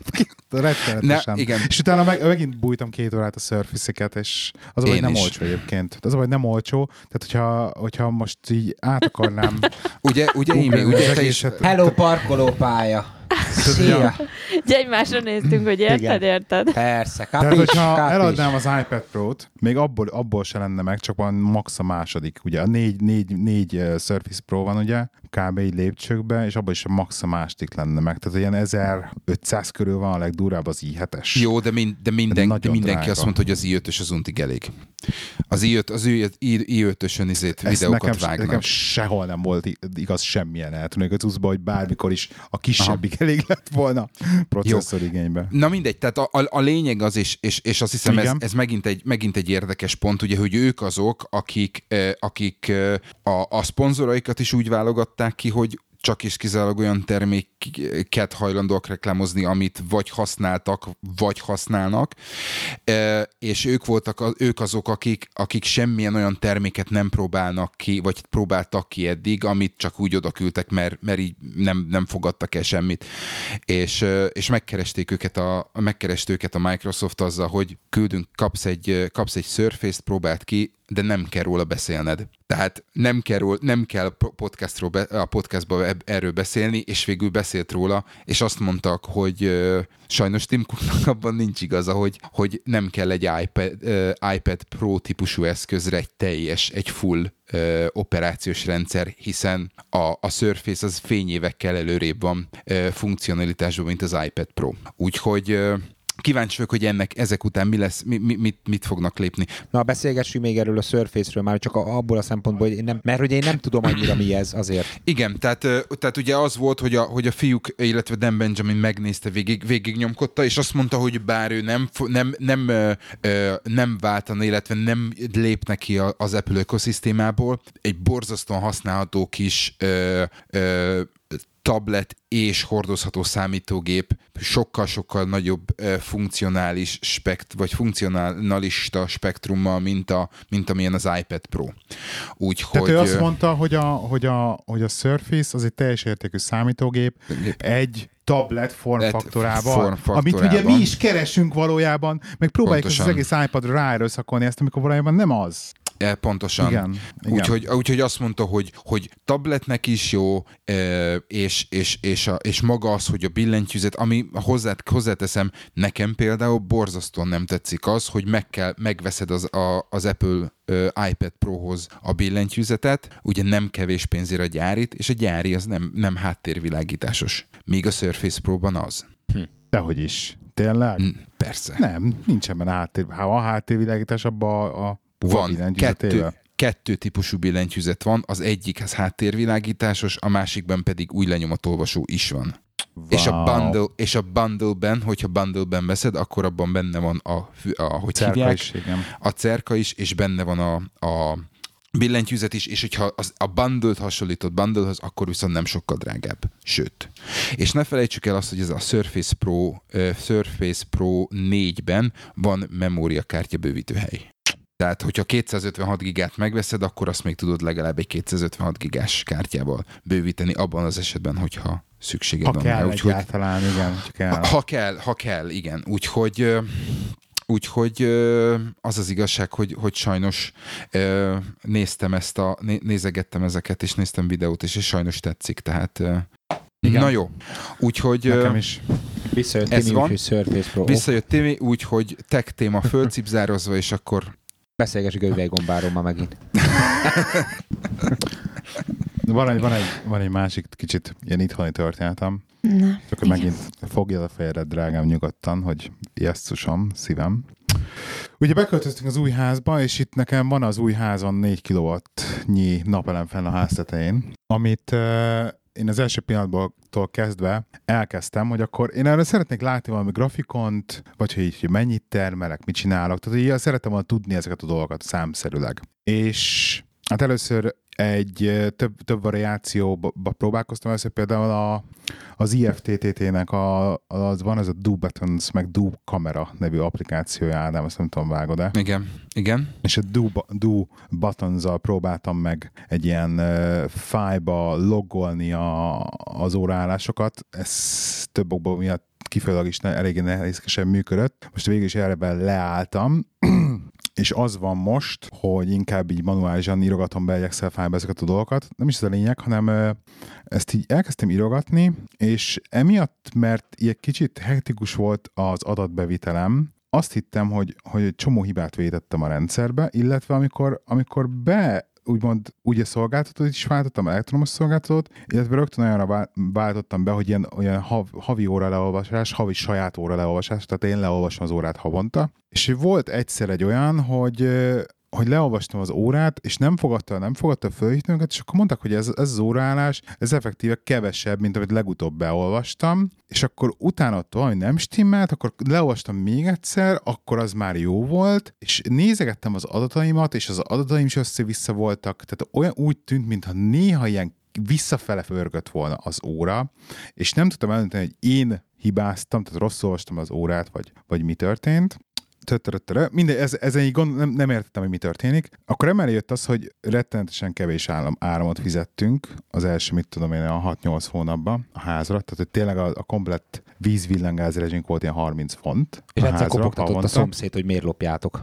Rettenetesen. Igen. És utána meg, megint bújtam két órát a Surface-eket, és az a baj, nem olcsó egyébként. Az a baj, nem olcsó, tehát hogyha, hogyha most így át akarnám... ugye, ugye, Imi, ugye te is... Hello, parkolópálya. Szia! Egymásra néztünk, hogy érted, érted? Persze, kapis, Tehát, hogyha kapis. eladnám az iPad Pro-t, még abból, abból se lenne meg, csak van max a második. Ugye a négy, négy, négy uh, Surface Pro van, ugye, kb. Így lépcsőkben, és abból is a max a második lenne meg. Tehát ilyen ezerötszáz körül van a legdurább az i hetes. Jó, de, mind, de, minden, de mindenki drága. Azt mondta, hogy az i ötös az untig elég. Az i öt, az i ötösön izét videókat nekem, vágnak. Nekem sehol nem volt igaz semmilyen eltűnők az úszba, hogy bármikor is a kisebbik Aha. elég lett volna processzor igénybe. Na mindegy, tehát a, a, a lényeg az, és, és, és azt hiszem ez, ez megint, egy, megint egy érdekes pont, ugye, hogy ők azok, akik, eh, akik eh, a, a szponzoraikat is úgy válogatták ki, hogy csak is kizárólag olyan terméket hajlandóak reklámozni, amit vagy használtak, vagy használnak, e, és ők voltak, ők azok, akik, akik semmilyen olyan terméket nem próbálnak ki, vagy próbáltak ki eddig, amit csak úgy odaküldtek, mert, mert így nem, nem fogadtak el semmit. És, és megkeresték őket a, megkerest őket a Microsoft azzal, hogy küldünk, kapsz egy, kapsz egy Surface-t, próbáld ki, de nem kell róla beszélned. Tehát nem kell, róla, nem kell podcastról be, a podcastban erről beszélni, és végül beszélt róla, és azt mondtak, hogy uh, sajnos Tim Cooknak abban nincs igaza, hogy, hogy nem kell egy iPad, uh, iPad Pro típusú eszközre egy teljes, egy full uh, operációs rendszer, hiszen a, a Surface az fényévekkel előrébb van uh, funkcionalitásban, mint az iPad Pro. Úgyhogy uh, kíváncsi vagyok, hogy ennek ezek után mi lesz, mi, mi, mit, mit fognak lépni. Na, beszélgessünk még erről a Surface-ről, már csak abból a szempontból, hogy én nem, mert hogy én nem tudom annyira mi ez azért. Igen, tehát, tehát ugye az volt, hogy a, hogy a fiúk, illetve Dan Benjamin megnézte, végig, végig nyomkodta, és azt mondta, hogy bár ő nem, nem, nem, nem váltana, illetve nem lépne ki az Apple ökoszisztémából, egy borzasztóan használható kis ö, ö, tablet és hordozható számítógép sokkal-sokkal nagyobb uh, funkcionális spekt, vagy funkcionalista spektrummal, mint, a, mint amilyen az iPad Pro. Úgyhogy, Tehát ő azt mondta, hogy a, hogy, a, hogy a Surface az egy teljes értékű számítógép, gép. egy tablet formfaktorával, formfaktorában, amit ugye mi is keresünk valójában, meg próbáljuk ezt az egész iPadra ráerőszakolni ezt, amikor valójában nem az. E, pontosan. Igen, úgyhogy, úgyhogy azt mondta, hogy, hogy tabletnek is jó, és, és, és, a, és maga az, hogy a billentyűzet, ami hozzá, hozzáteszem, nekem például borzasztóan nem tetszik az, hogy meg kell, megveszed az, a, az Apple iPad Prohoz a billentyűzetet, ugye nem kevés pénzért a gyárit, és a gyári az nem, nem háttérvilágításos. Míg a Surface Pro-ban az. Hm. Dehogy is. Tényleg? Persze. Nem, nincs ebben háttér. Ha a háttérvilágítás abban a, a van, kettő, kettő típusú billentyűzet van, az egyikhez háttérvilágításos, a másikban pedig új lenyomatolvasó is van. Wow. És, a bundle, és a bundle-ben, hogyha bundle-ben veszed, akkor abban benne van a, a hogy cerka hívják, is, igen. a cerka is, és benne van a, a billentyűzet is, és hogyha az, a bundle-t hasonlított bundle-hoz, akkor viszont nem sokkal drágább. Sőt. És ne felejtsük el azt, hogy ez a Surface Pro, uh, Surface Pro négyben van memóriakártya bővítőhely. Tehát, hogyha kétszázötvenhat gigát megveszed, akkor azt még tudod legalább egy kétszázötvenhat gigás kártyával bővíteni abban az esetben, hogyha szükséged ha van. Kell rá. Úgyhogy, egyáltalán, igen. Kell. Ha, ha kell, ha kell, igen. Úgyhogy, úgyhogy az az igazság, hogy, hogy sajnos néztem ezt a, nézegettem ezeket, és néztem videót, és, és sajnos tetszik, tehát igen. Na jó. Úgyhogy nekem is. Visszajött Timi, úgyhogy Surface Pro. Visszajött Timi, úgyhogy tech téma fölcipzározva, és akkor beszélgessük a üveggombáról ma megint. van, egy, van, egy, van egy másik kicsit ilyen itthoni történetem. Na, csak hogy megint fogjad a fejedet, drágám, nyugodtan, hogy jesszusom, szívem. Ugye beköltöztünk az új házba, és itt nekem van az új házon négy kilowattnyi napelem fenn a ház tetején, amit uh, én az első pillanatból kezdve elkezdtem, hogy akkor én erre szeretnék látni valami grafikont, vagy hogy így mennyit termelek, mit csinálok. Tehát így szeretem volna tudni ezeket a dolgokat számszerűleg. És hát először egy több, több variációba próbálkoztam, először például a, az i ef té té té-nek a, az van ez a Do Buttons, meg Do Camera nevű applikációja, Ádám, azt nem tudom, vágod-e? Igen, igen. És a Do, Do Buttons-zal próbáltam meg egy ilyen uh, fájba loggolni a, az óraállásokat. Ez több okból miatt kifejezőleg is eléggé nehézkesen működött. Most végül is erre leálltam, és az van most, hogy inkább így manuálisan írogatom be egy Excel fájlba ezeket a dolgokat. Nem is ez a lényeg, hanem ezt így elkezdtem írogatni, és emiatt, mert egy kicsit hektikus volt az adatbevitelem, azt hittem, hogy, hogy egy csomó hibát vétettem a rendszerbe, illetve amikor, amikor be úgymond úgy a szolgáltatót is váltottam, elektromos szolgáltatót, illetve rögtön olyanra váltottam be, hogy ilyen, olyan hav, havi óra leolvasás, havi saját óra leolvasás, tehát én leolvasom az órát havonta. És volt egyszer egy olyan, hogy, hogy leolvastam az órát, és nem fogadta, nem fogadta a fölhívtónkat, és akkor mondták, hogy ez, ez az óraállás, ez effektíve kevesebb, mint amit legutóbb beolvastam, és akkor utána ott valami nem stimmelt, akkor leolvastam még egyszer, akkor az már jó volt, és nézegettem az adataimat, és az adataim is össze-vissza voltak, tehát olyan úgy tűnt, mintha néha ilyen visszafele pörgött volna az óra, és nem tudtam eldönteni, hogy én hibáztam, tehát rosszul olvastam az órát, vagy, vagy mi történt. Minden, ez, ezen így gond, nem, nem értettem, hogy mi történik. Akkor emellé jött az, hogy rettenetesen kevés állam, áramot fizettünk az első, mit tudom én, a hat-nyolc hónapban a házra. Tehát, hogy tényleg a, a komplett víz-villanygáz rezsink volt ilyen harminc font. És egyszer kopogtatott a szomszéd, hogy miért lopjátok.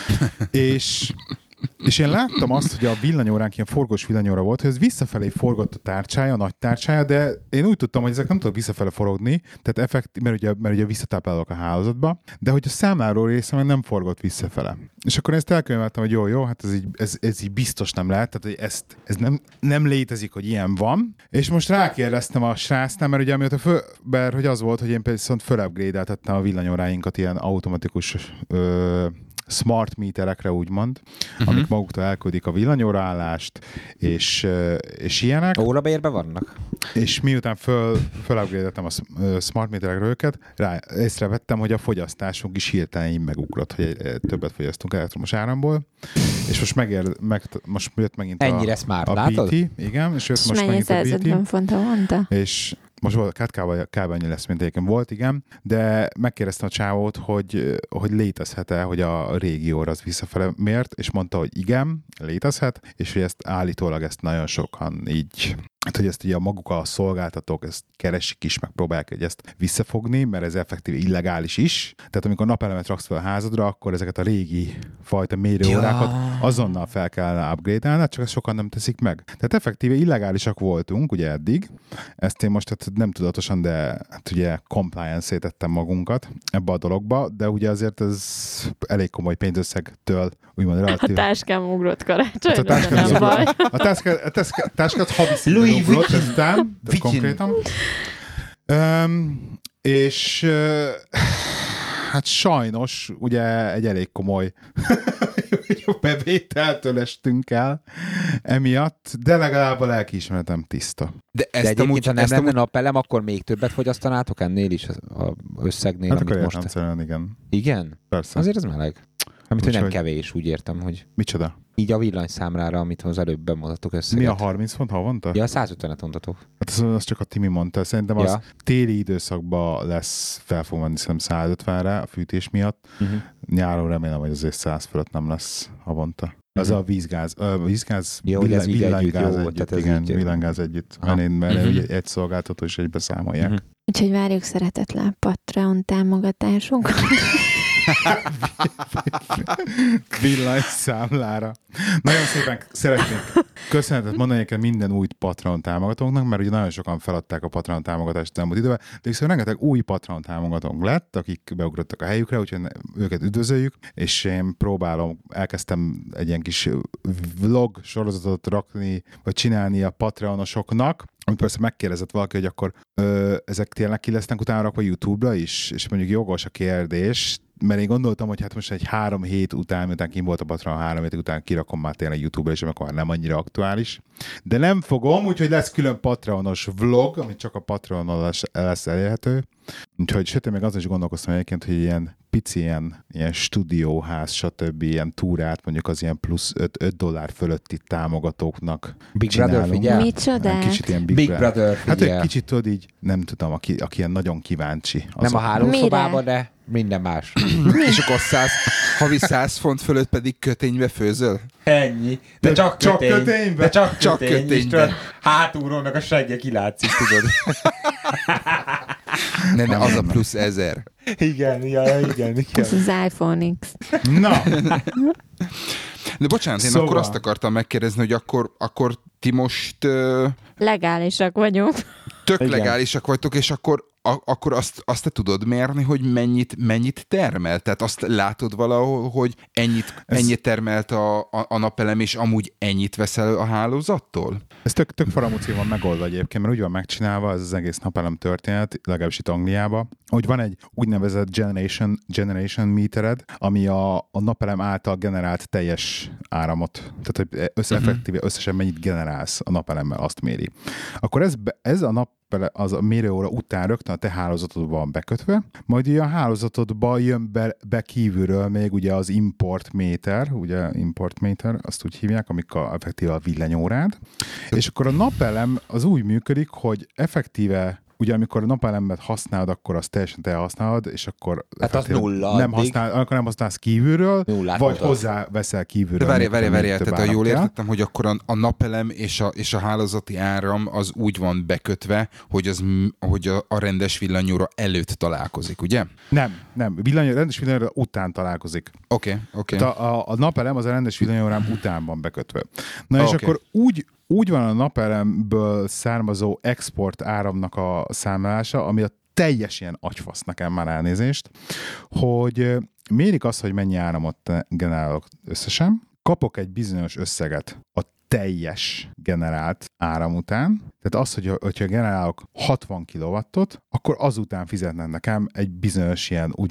és... És én láttam azt, hogy a villanyóránk ilyen forgós villanyóra volt, hogy ez visszafelé forgott a tárcsája, a nagy tárcsája, de én úgy tudtam, hogy ezek nem tudok visszafele forogni, tehát effekt, mert ugye, mert ugye visszatáplálok a hálózatba, de hogy a számláló része meg nem forgott visszafele. És akkor ezt elkönyveltem, hogy jó, jó, hát ez így, ez, ez így biztos nem lehet, tehát hogy ezt, ez nem, nem létezik, hogy ilyen van. És most rákérdeztem a srácnál, mert ugye amióta föl, hogy az volt, hogy én viszont föl-upgrade-eltettem a villanyóráinkat ilyen automatikus ö, smart meterekre úgymond, uh-huh. amik maguktól elküldik a villanyóraállást, és, és ilyenek. Órabérbe vannak? És miután föl, fölupgrade-eltem a smart meterekre őket, rá észrevettem, hogy a fogyasztásunk is hirtelen így megugrott, hogy többet fogyasztunk elektromos áramból, és most megér, meg, most jött megint Ennyire a, smart, a látod? bé té, igen, és jött És most mennyi megint a bé té. száz ötven font havonta? És most volt, hát kb. kb. Annyi lesz, mint egyébként volt, igen, de megkérdeztem a csávót, hogy, hogy létezhet-e, hogy a régióra az visszafele mért, és mondta, hogy igen, létezhet, és hogy ezt állítólag ezt nagyon sokan így, hát hogy ezt ugye a maguk a szolgáltatók ezt keresik is, meg próbálják, hogy ezt visszafogni, mert ez effektív illegális is. Tehát amikor napelemet raksz fel a házadra, akkor ezeket a régi fajta mérőórákat ja. azonnal fel kellene upgrade-elni, csak ezt sokan nem teszik meg. Tehát effektíve illegálisak voltunk, ugye eddig. Ezt én most hát nem tudatosan, de hát ugye compliance-ét tettem magunkat ebbe a dologba, de ugye azért ez elég komoly pénzösszegtől úgymond relatív. A táskám ugrott karácsony, hát a táskám nem baj. A táskát, a táskát, táskát havi szinten ugrott ezután, de konkrétan. Um, és uh, hát sajnos ugye egy elég komoly bevételtől estünk el emiatt, de legalább a lelkiismeretem tiszta. De ezt de egyébként, amúgy, ha nem ezt lenne amúgy... napelem, akkor még többet fogyasztanátok ennél is, az összegnél, Hát amit akkor most... értelemszerűen igen. Igen? Persze. Azért ez meleg. Amit, hogy nem Úgyhogy- kevés, úgy értem, hogy Micsoda? így a villanyszámlára, amit az előbb bemutatok összeget. Mi a harminc font havonta? Ja, száz ötvenet mondtatok. Hát az, az csak a Timi mondta. Szerintem az Ja. téli időszakban lesz fel fog menni szerintem száz ötvenre a fűtés miatt. Uh-huh. Nyáron remélem, hogy azért száz fölött nem lesz havonta. Az Mhm. a vízgáz, uh, vízgáz, Jó, hogy ez így együtt, villanygáz jó, együtt, tehát ez igen, így- villanygáz együtt. Aha. Mert, én, mert Mhm. ugye egy szolgáltató is egybe számolják. Mhm. Úgyhogy várjuk szeretetlen Patreon támogatásunkat. Villanyszámlára. Nagyon szépen szeretnék köszönetet mondani nekem minden új Patreon támogatónknak, mert ugye nagyon sokan feladták a Patreon támogatást elmúlt időben, de viszont rengeteg új Patreon támogatónk lett, akik beugrottak a helyükre, úgyhogy őket üdvözöljük, és én próbálom, elkezdtem egy ilyen kis vlog sorozatot rakni, vagy csinálni a Patreonosoknak, amit persze megkérdezett valaki, hogy akkor ö, ezek tényleg ki lesznek utána rakva YouTube-ra is, és mondjuk jogos a kérdés, mert én gondoltam, hogy hát most egy három hét után, miután kim volt a Patreon, három hét után kirakom már tényleg YouTube-ra, és akkor már nem annyira aktuális. De nem fogom, úgyhogy lesz külön Patreonos vlog, ami csak a Patreonon lesz, lesz elérhető. Úgyhogy sőt, én még azon is gondolkoztam egyébként, hogy ilyen pici ilyen, ilyen stúdióház, stb. Ilyen túrát mondjuk az ilyen plusz öt dollár fölötti támogatóknak Big Brother, csinálunk. figyel? Micsodák? Kicsit ilyen Big, Big Brother. Brother, Hát figyel. egy kicsit tudod így, nem tudom, aki, aki ilyen nagyon kíváncsi. Nem a hálószobában, Mire? de minden más. És akkor száz, havi száz font fölött pedig köténybe főzöl? Ennyi. De De csak csak kötény. köténybe? De csak, Csak kötény. köténybe. És tudod, hátulrónak a segge kilátszik, tudod. Ne, ne, az a plusz ezer. Igen, ja, igen, igen. Ez az iPhone X. Na, De bocsánat, én Szóval. akkor azt akartam megkérdezni, hogy akkor, akkor ti most ö, Legálisak vagyunk. tök Igen. legálisak vagytok, és akkor, a, akkor azt, azt te tudod mérni, hogy mennyit, mennyit termel? Tehát azt látod valahol, hogy ennyit, Ez- ennyit termelt a, a, a napelem, és amúgy ennyit veszel a hálózattól? ez tök, tök faramúci van megoldva egyébként, mert úgy van megcsinálva ez az egész napelem történet, legalábbis itt Angliában, hogy van egy úgynevezett generation, generation metered, ami a, a napelem által generált teljes áramot, tehát hogy össze, Mhm. effektíve összesen mennyit generálsz a napelemmel, azt méri. Akkor ez, be- ez a nap az a mérőóra után rögtön a te hálózatodban van bekötve, majd ugye a hálózatodba jön be, be kívülről még ugye az import méter, ugye import méter, azt úgy hívják, amik a, effektíve a villanyórád, és akkor a napelem az úgy működik, hogy effektíve ugye amikor a napelemet használod, akkor azt teljesen te használod, és akkor Hát az effektíve nulla nem addig. használ, akkor nem használsz kívülről, Nullát vagy mutat. hozzá veszel kívülről. De várj, még várj, több- várj, még több tehát ha jól áram kell. értettem, hogy akkor a, a napelem és a, és a hálózati áram az úgy van bekötve, hogy, az, m- hogy a, a rendes villanyóra előtt találkozik, ugye? Nem, nem. Villany, rendes villanyóra után találkozik. Oké, okay, oké. Tehát a, a, a napelem az a rendes villanyórám után van bekötve. Na és Oké. akkor úgy, úgy van a napelemből származó export áramnak a számlálása, ami a teljes ilyen agyfasz, nekem már elnézést, hogy ö, mérik azt, hogy mennyi áramot te generálok összesen, kapok egy bizonyos összeget a teljes generált áram után, tehát az, hogy, hogyha generálok hatvan kilowattot, akkor azután fizetnek nekem egy bizonyos ilyen úgymond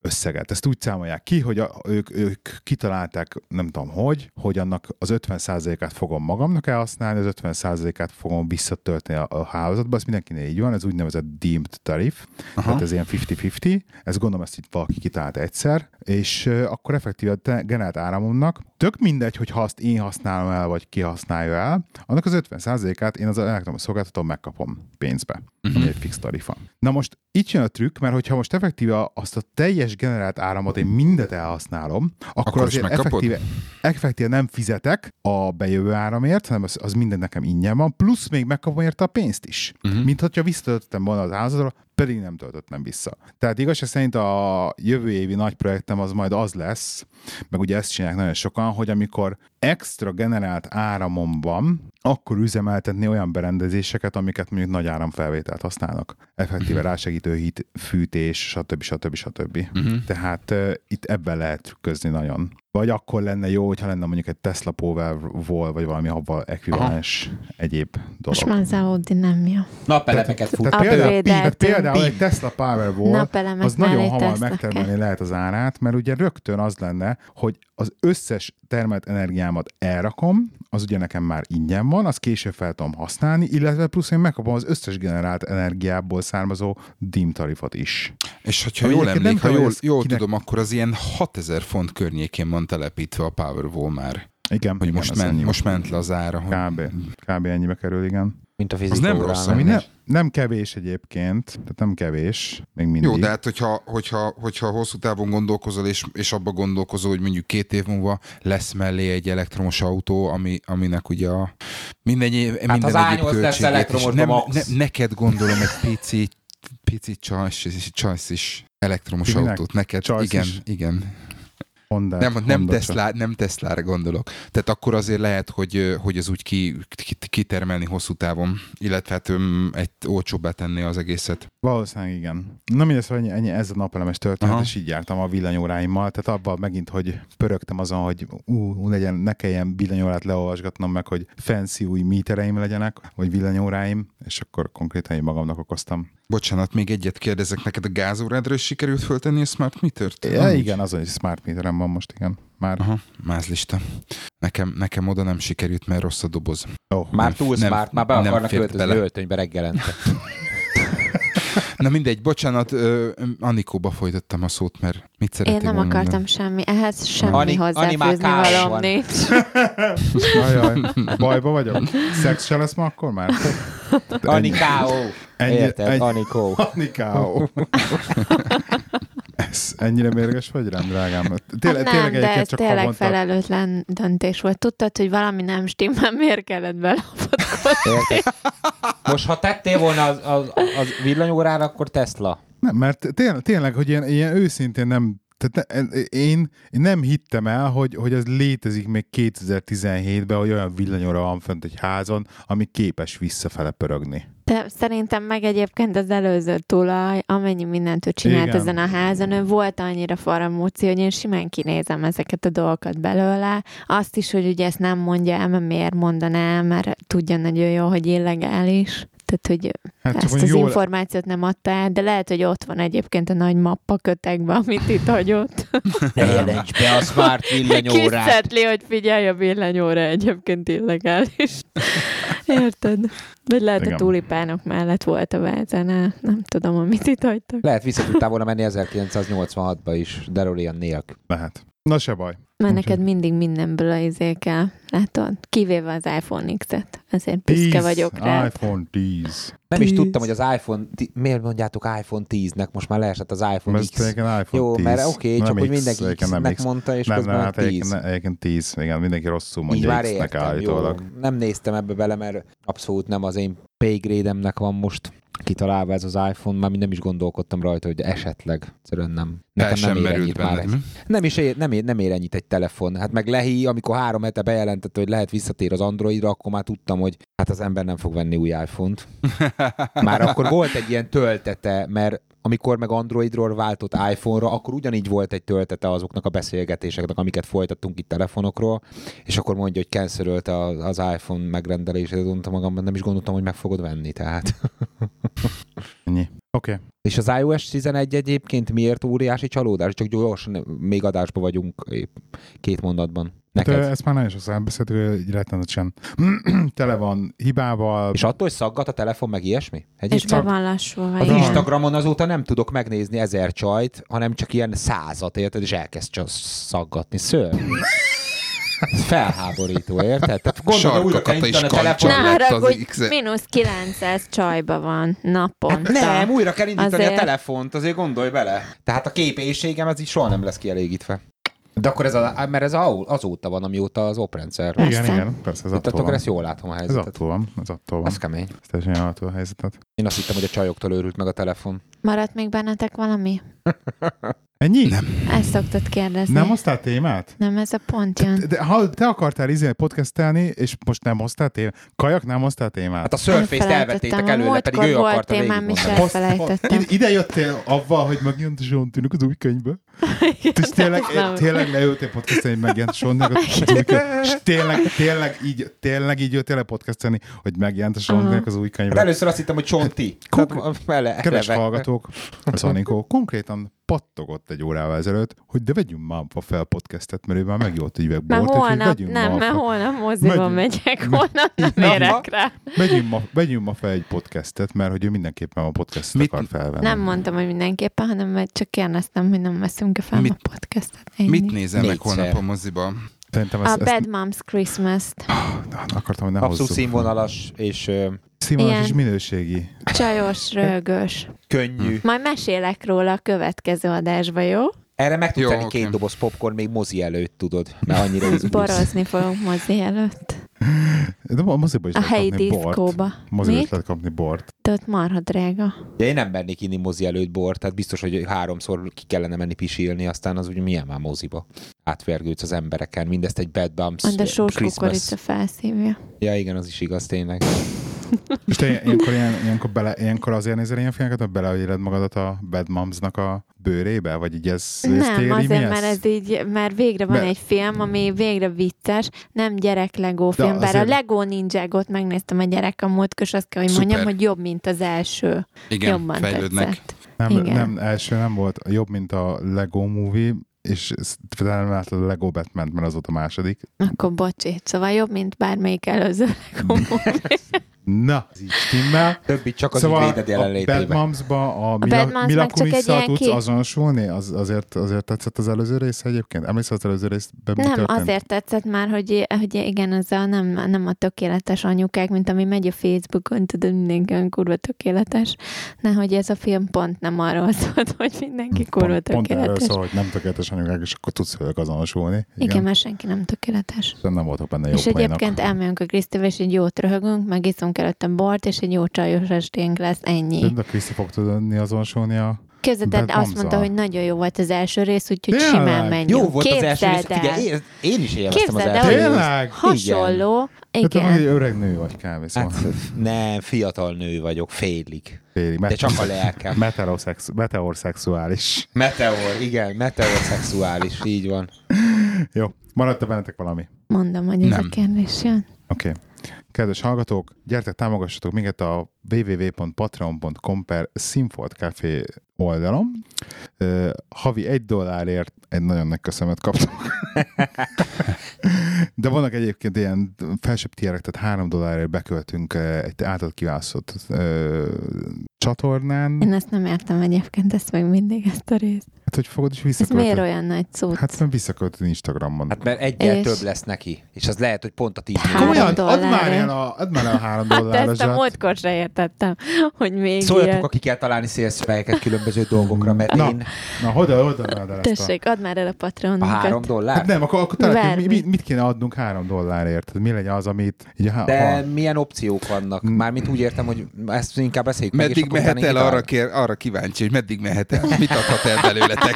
összeget. Ezt úgy számolják ki, hogy a, ők, ők kitalálták, nem tudom hogy, hogy annak az ötven százalékát fogom magamnak elhasználni, az ötven százalékát fogom visszatölteni a, a hálózatba, ez mindenkinél így van, ez úgynevezett deemed tarif, aha. Tehát ez ilyen fifty-fifty, ezt gondolom ezt itt valaki kitalált egyszer, és uh, akkor effektíve a generált áramomnak tök mindegy, hogy ha azt én használom el, vagy ki használja el, annak az ötven százalékát én az elektromos szolgáltatón megkapom pénzbe, uh-huh. ami egy fix tarifa. Na most itt jön a trükk, mert hogyha most effektíve azt a teljes generált áramot én mindet elhasználom, akkor, akkor azért effektíve, effektíve nem fizetek a bejövő áramért, hanem az, az minden nekem ingyen van, plusz még megkapom érte a pénzt is. Uh-huh. Mint hogyha visszatöltöttem volna az házadra, pedig nem töltöttem vissza. Tehát igazság szerint a jövő évi nagy projektem az majd az lesz, meg ugye ezt csinálják nagyon sokan, hogy amikor extra generált áramom van, akkor üzemeltetni olyan berendezéseket, amiket mondjuk nagy áramfelvételt használnak. Effektíve uh-huh. rásegítő hit, fűtés, stb. stb. stb. Uh-huh. Tehát uh, itt ebben lehet trükközni nagyon. Vagy akkor lenne jó, hogyha lenne mondjuk egy Tesla Powerwall, vagy valami avval ekvivalens egyéb dolog. És már az Audi nem jó. Napelemeket fut. Tehát például, tehát például egy Tesla Powerwall, az nagyon hamar megtermelni lehet az árát, mert ugye rögtön az lenne, hogy az összes termelt energiámat elrakom, az ugye nekem már ingyen van, az később fel tudom használni, illetve plusz én megkapom az összes generált energiából származó dím tarifot is. És hogyha jól emlék, ha jól, jól kinek... tudom, akkor az ilyen hatezer font környékén van telepítve a Powerwall már. Igen. Hogy igen, most, ment, most ment le az ára. Hogy... Kb. Kb. Ennyibe kerül, igen. Mint a fizika az nem rossz, ami ne, nem kevés egyébként, tehát nem kevés, még mindig. Jó, de hát hogyha, hogyha, hogyha hosszú távon gondolkozol, és, és abba gondolkozol, hogy mondjuk két év múlva lesz mellé egy elektromos autó, ami, aminek ugye a minden, minden hát az egyéb költségét, nem, ne, neked gondolom egy pici, pici csajsz is elektromos Minek? autót, neked, igen, is? igen. Honda, nem, nem, Honda Tesla, nem Teslára gondolok. Tehát akkor azért lehet, hogy, hogy ez úgy ki, ki, kitermelni hosszú távon, illetve hát egy olcsóbbá tenni az egészet. Valószínűleg igen. Na mindez, hogy ennyi, ennyi ez a napelemes történet, és így jártam a villanyóráimmal, tehát abban megint, hogy pörögtem azon, hogy ú, legyen, ne kelljen villanyórát leolvasgatnom meg, hogy fancy új mítereim legyenek, vagy villanyóráim, és akkor konkrétan én magamnak okoztam. Bocsánat, még egyet kérdezek, neked a gázórádra is sikerült föltenni a smart metert? Ja, igen, azon is smart meterem van most, igen. Már. Aha, mázlista. Nekem, nekem oda nem sikerült, mert rossz a doboz. Oh, már túl nem, smart, már be akarnak költözni öltönybe reggelente. Na mindegy, bocsánat, uh, Anikóba folytattam a szót, mert mit szeretnél Én nem mondani? akartam semmi, ehhez semmi Ani, hozzáfűzni valóm nincs. Ajaj, bajba vagyok. Szex se lesz ma akkor már? Anikáó. Érted, ennyi, Anikó. Anikáó. Ez ennyire mérges vagy rám, drágám? Tényleg, hát nem, tényleg de ez csak tényleg havonta... felelőtlen döntés volt. Tudtad, hogy valami nem stimmel, miért kellett belapodkodni? Most ha tettél volna az, az, az villanyórára, akkor Tesla. Nem, mert tényleg, tényleg hogy ilyen, ilyen őszintén nem, tehát ne, én, én nem hittem el, hogy, hogy ez létezik még kétezer-tizenhétben, hogy olyan villanyóra van fönt egy házon, ami képes visszafele pörögni. De szerintem meg egyébként az előző tulaj, amennyi mindent ő csinált igen. ezen a házon, ő volt annyira faramúci, hogy én simán kinézem ezeket a dolgokat belőle. Azt is, hogy ugye ezt nem mondja el, mert miért mondaná, mert tudja nagyon jó, hogy illegális. Tehát, hogy hát ezt az jól... információt nem adta el, de lehet, hogy ott van egyébként a nagy mappa kötekben, amit itt hagyott. Ne jelents be a smart villanyórát. Kiszedli, hogy figyelj, a villanyóra egyébként illegális. Érted? Vagy lehet igen. a tulipánok mellett volt a vázánál. Nem tudom, amit itt hagytak. Lehet vissza tudtál volna menni ezerkilencszáznyolcvanhatba is, DeLorean nélkül. Lehet. Na se baj. Mert neked mindig mindenből a izé kell, látod? Kivéve az iPhone X-et. Ezért büszke vagyok rá. iPhone tíz. Nem is tudtam, hogy az iPhone... Miért mondjátok iPhone tíznek? Most már leesett az iPhone X. iPhone Jó, tíz. mert oké, okay, csak hogy mindenki X-nek X. mondta, és nem, közben nem, hát tíz. Nem, egyébként tíz. Igen, mindenki rosszul mondja X-nek állítólag. Nem néztem ebbe bele, mert abszolút nem az én paygrade-emnek van most kitalálva ez az iPhone, már nem is gondolkodtam rajta, hogy esetleg egyszerűen nem. Nekem nem ér ennyit már egy, nem is ér, nem, ér, nem ér ennyit egy telefon. Hát meg Lehi, amikor három hete bejelentette, hogy lehet visszatér az Androidra, akkor már tudtam, hogy hát az ember nem fog venni új iPhone-t. Már akkor volt egy ilyen töltete, mert amikor meg Androidról váltott iPhone-ra, akkor ugyanígy volt egy töltete azoknak a beszélgetéseknek, amiket folytattunk itt telefonokról, és akkor mondja, hogy cancelölte az iPhone megrendelését, mondtam magam, nem is gondoltam, hogy meg fogod venni, tehát. Ennyi. Oké. Okay. És az iOS tizenegy egyébként miért óriási csalódás? Csak gyorsan, még adásban vagyunk két mondatban. Neked? Hát, ezt már nagyon sokszor elbeszéltük, hogy rettenetesen tele van hibával. És attól, hogy szaggat a telefon, meg ilyesmi? Egyébként és be van lassulva. Az Instagramon azóta nem tudok megnézni ezer csajt, hanem csak ilyen százat, érted? És elkezd csak szaggatni. Szörny. Ez felháborító, érted? Tehát gondolom, újra kell indítani a telefon. Ne haragudj, mínusz kilencszáz csajba van naponta. Hát nem, újra kell indítani azért... a telefont, azért gondolj bele. Tehát a képészségem ez így soha nem lesz kielégítve. De akkor ez, a, mert ez azóta van, amióta az oprendszer. Igen, igen, persze, ez attól Tehát akkor ezt jól látom a helyzetet. Ez attól van, ez attól van. Ez kemény. Ez teljesen jól látom a helyzetet. Én azt hittem, hogy a csajoktól őrült meg a telefon. Maradt még bennetek valami? Ennyi? Nem. Ezt szoktad kérdezni. Nem hoztál témát? Nem, ez a pont jön. De, de ha te akartál izé podcastelni, és most nem hoztál témát, Kajak nem hoztál témát. Hát a Surface-t elvettétek előle, pedig ő akarta végigmondani. Ide jöttél avval, hogy megjelent a Zsontűnök az új könyvbe. És tényleg, tényleg leültél podcastelni, hogy megjelent a Zsontűnök az új könyvbe. És tényleg, tényleg, így, tényleg így jöttél le podcastelni, hogy megjelent a Zsontűnök az új könyvbe. Hát először azt hittem, hogy Csonti. Kedves hallgatók, az Anikó konkrétan pattogott egy órával ezelőtt, hogy de vegyünk már fel podcastet, mert ő már megjólt üveg bort. Mert holnap, nem, mert holnap moziban megyek, holnap nem érek rá. Vegyünk ma, vegyünk ma fel egy podcastet, mert hogy ő mindenképpen a podcastet mit, akar felvenni. Nem mondtam, hogy mindenképpen, hanem csak kérdeztem, hogy nem veszünk fel mit, a podcastet. Ennyi. Mit nézel meg holnap a moziban? Ezt, a Bad ezt... Moms Christmas-t. Oh, akartam, hogy ne abszolút színvonalas és... Színvonalas és minőségi. Csajos, rögös. Könnyű. Majd mesélek róla a következő adásba, jó? Erre meg tudsz tenni okay. két doboz popcorn még mozi előtt, tudod. Mert annyira izgulsz. Borozni fogunk mozi előtt. De a moziba is a lehet helyi kapni diszkóba. bort. Moziba is lehet kapni bort. De ott marha drága. Ja, én nem mernék inni mozi előtt bort, tehát biztos, hogy háromszor ki kellene menni pisilni, aztán az ugye milyen már moziba. Átvergődsz az embereken, mindezt egy Bad Bumps de sós kukorica felszívja. Ja, igen, az is igaz, tényleg. És te ilyenkor, ilyen, ilyenkor, bele, ilyenkor azért nézel ilyen filmeket, hogy beleéled magadat a Bad Moms-nak a bőrébe? Vagy így ez, nem, ez téri, azért, mert ez így, mert végre van Be... egy film, ami végre vicces, nem gyerek Lego film, bár azért... a Lego Ninjagot megnéztem a gyerek a múltkor, és azt kell, hogy Szuper. mondjam, hogy jobb, mint az első. Igen, jobban fejlődnek. Tetszett. Nem, Igen. nem, első nem volt jobb, mint a Lego Movie, és nem látod a Lego Batman, mert az volt a második. Akkor bocsi, szóval jobb, mint bármelyik előző Lego Movie. Na, ez így stimmel. Többi csak az szóval véded jelenlétében. A Bad Moms-ba a, a Mila, Mila Kunissal tudsz ki... azonosulni? Az, azért, azért tetszett az előző rész egyébként? Emlékszel az előző részben? Nem, történt? azért tetszett már, hogy, hogy igen, az a nem, nem a tökéletes anyukák, mint ami megy a Facebookon, tudod, mindenki olyan kurva tökéletes. Nehogy ez a film pont nem arról szólt, hogy mindenki kurva pont, tökéletes. Pont erről szól, hogy nem tökéletes anyukák, és akkor tudsz velük azonosulni. Igen, igen, mert senki nem tökéletes. Nem voltak benne jó és poénok. Egyébként elmegyünk a Krisztivel, és egy jót röhögünk, meg iszunk előtte bort, és egy jó csajos esténk lesz, ennyi. De Kriszti fog tudni azonosulni a Képzeld, azt mondta, hogy nagyon jó volt az első rész, úgyhogy Tényleg? simán menjünk. Jó volt Képzeld az első rész. Figyelj, én, én is élveztem az első részt. Tényleg? Hasonló. Igen. igen. Hát, öreg nő vagy kb. Szóval. Hát, nem, fiatal nő vagyok, félig. Félig. De csak a lelkem. Meteorszexu- meteorszexuális. Meteor, igen, meteorszexuális, így van. Jó, maradt-e bennetek valami? Mondom, hogy ez nem. a kérdés jön. Oké. Okay. Kedves hallgatók, gyertek, támogassatok minket a double-u double-u double-u pont patreon pont com per Színfolt Café oldalon. Uh, havi egy dollárért egy nagyon nagy köszönet kaptunk. De vannak egyébként ilyen felsőbb tierek, tehát három dollárért beköltünk egy által kiválasztott uh, csatornán. Én ezt nem értem egyébként, ezt meg mindig ezt a részt. Hát, hogy fogod is visszakölteni? Ez miért olyan nagy cucc? Hát nem visszakölteni Instagramon. Hát mert egyel és... több lesz neki, és az lehet, hogy pont a tíz millió. Add már ilyen a, add már a három dollára. Hát ezt a múltkor se értettem, hogy még Szóljatok, ilyen... aki kell találni szélszfejeket különböző dolgokra, mert na, én... Na, oda, oda, oda. Tessék, add már el a Patreonunkat. A három dollár? Hát nem, akkor, akkor talán, mi, mit kéne adnunk három dollárért? Mi legyen az, amit... Így, ha, De ha... milyen opciók vannak? Mármint úgy értem, hogy ezt inkább beszéljük meg, meddig mehet el, arra, kér, arra kíváncsi, hogy meddig mehet el. Mit adhat el belőletek?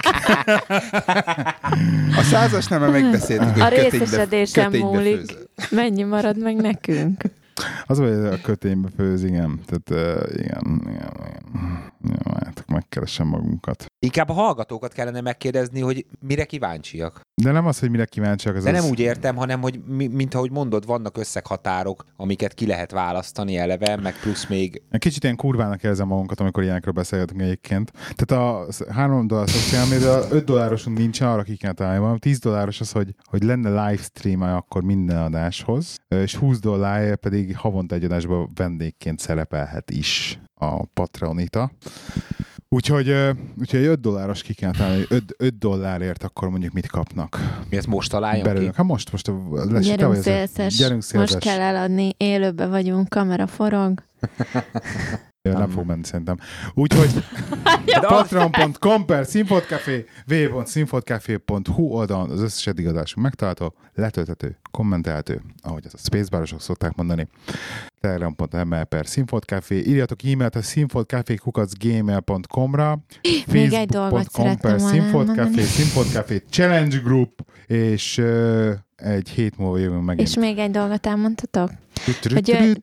A százas nem, megbeszéltük, hogy a részesedésen múlik. főz. Mennyi marad meg nekünk? Az, hogy a köténybe főz, igen. Tehát, uh, igen, igen, igen. Jó, hát megkeresem magunkat. Inkább a hallgatókat kellene megkérdezni, hogy mire kíváncsiak. De nem az, hogy mire kíváncsiak. Az De nem az... úgy értem, hanem, hogy mi, mint ahogy mondod, vannak összeghatárok, amiket ki lehet választani eleve, meg plusz még... Kicsit ilyen kurvának érzem magunkat, amikor ilyenekről beszélgetünk egyébként. Tehát a három dollár szociál média, öt dollárosunk nincsen, arra ki kell találni. tíz dolláros az, hogy, hogy lenne livestream akkor minden adáshoz, és húsz dollár pedig havonta egy adásban vendégként szerepelhet is a Patreonita. Úgyhogy, úgyhogy öt dolláros ki kell találni, öt dollárért akkor mondjuk mit kapnak. Mi ezt most találjon Belőlük. ki? Hát most, most lesz, Gyerünk szélszes. Gyerünk szélszes. Most kell eladni, élőbe vagyunk, kamera forog. Ja, nem fog menni szerintem. Úgyhogy patreon pont com per színfoltcafé, w w w pont színfoltcafé pont hu oldalon az összes eddig adásunk megtalálható, letölthető, kommentelhető, ahogy ezt a spacebarosok szokták mondani. telegram pont m l per színfoltcafé, írjatok e-mailt a színfoltcafé kukac gmail pont com-ra, facebook pont com per színfoltcafé, színfoltcafé challenge group, és uh, egy hét múlva jövünk megint. És még egy dolgot elmondhatok? Hogy jön,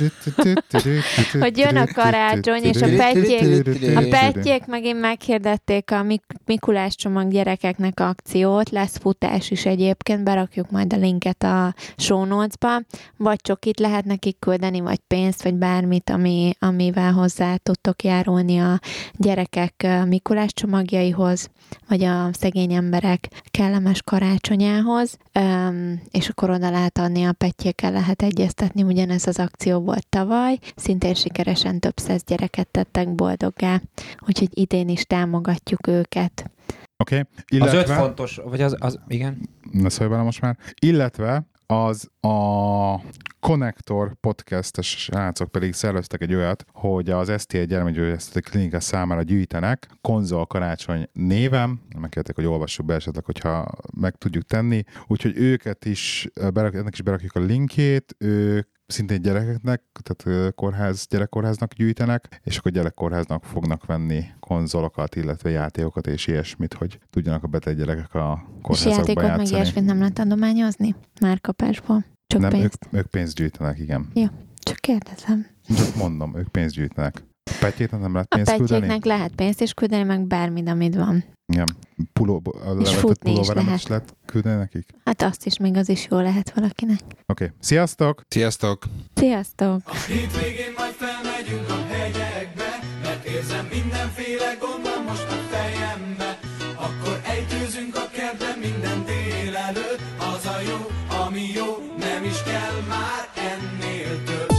hogy jön a karácsony, és a pettyék, a pettyék megint meghirdették a Mik- Mikulás csomag gyerekeknek akciót, lesz futás is egyébként, berakjuk majd a linket a show notes-ba, vagy csokit lehet nekik küldeni, vagy pénzt, vagy bármit, ami, amivel hozzá tudtok járulni a gyerekek Mikulás csomagjaihoz, vagy a szegény emberek kellemes karácsonyához, um, és akkor oda lehet adni, a pettyékkel lehet egyeztetni, ugyanez az akció volt tavaly, szintén sikeresen több száz gyereket tettek boldoggá, úgyhogy idén is támogatjuk őket. Oké, okay. Illetve... Az öt fontos, vagy az, az igen? Ne szólj bele most már. Illetve az a Connector podcastes srácok pedig szerveztek egy olyat, hogy az es té egy gyermekgyógyászati klinika számára gyűjtenek konzol karácsony néven, megkérték, hogy olvassuk be esetleg, hogyha meg tudjuk tenni, úgyhogy őket is, berak, ennek is berakjuk a linkjét, ők szintén gyerekeknek, tehát kórház, gyerekkórháznak gyűjtenek, és akkor gyerekkórháznak fognak venni konzolokat, illetve játékokat és ilyesmit, hogy tudjanak a beteg gyerekek a kórházakban játszani. És játékot meg ilyesmit nem lehet adományozni? Márkapásból? Csak nem, pénzt? Ők, ők pénzt gyűjtenek, igen. Jó, csak kérdezem. Csak mondom, ők pénzt gyűjtenek. A pettyéknek nem lehet pénzt küldeni? A pettyéknek lehet pénzt is küldeni, meg bármit, amit van. Igen. Puló, a és futni is lehet. is lehet küldeni nekik? Hát azt is, még az is jó lehet valakinek. Oké. Okay. Sziasztok! Sziasztok! Sziasztok! A hétvégén majd felmegyünk a hegyekbe, mert érzem mindenféle gondom most a fejembe. Akkor ejtőzünk a kertbe minden délelőtt, az a jó, ami jó, nem is kell már ennél több.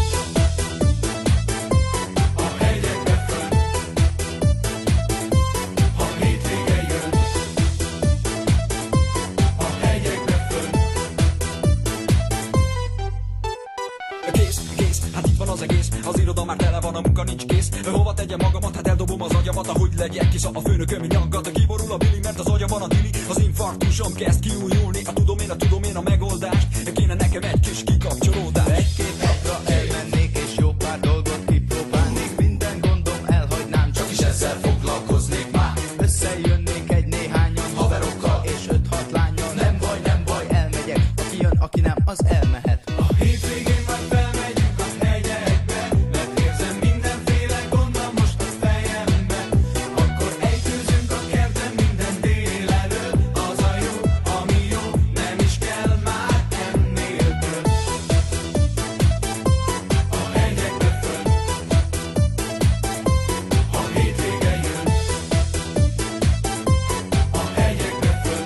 A hegyekbe fönn, ha hétvége jön. A hegyekbe fönn. Kész, kész, hát itt van az egész. Az iroda már tele van, a munka nincs kész. Hova tegyem magamat, hát eldobom az agyamat. Ahogy legyek kis, a főnököm nyaggat. Kiborul a bili, mert az agya van a dili. Az infarktusom kezd kiújulni. A tudom én, a tudom én a megoldást. Kéne nekem egy kis kikapcsolódás. Egy-két napra elmennék, és jó pár dolgot kipróbálnék. Minden gondom elhagynám, csak is ezzel foglalkoznék már. Összejönnék egy néhányan haverokkal, és öt-hat lánnyal. Nem baj, nem baj, elmegyek. Aki jön, aki nem, az elmehet. A hétvégén majd felmegyünk a hegyekbe, mert érzem mindenféle gondom most a fejembe. Akkor ejtőzünk a kertben minden délelőtt, az a jó, ami jó, nem is kell már ennél több. A hegyekbe fönn, ha hétvége jön. A hegyekbe fönn.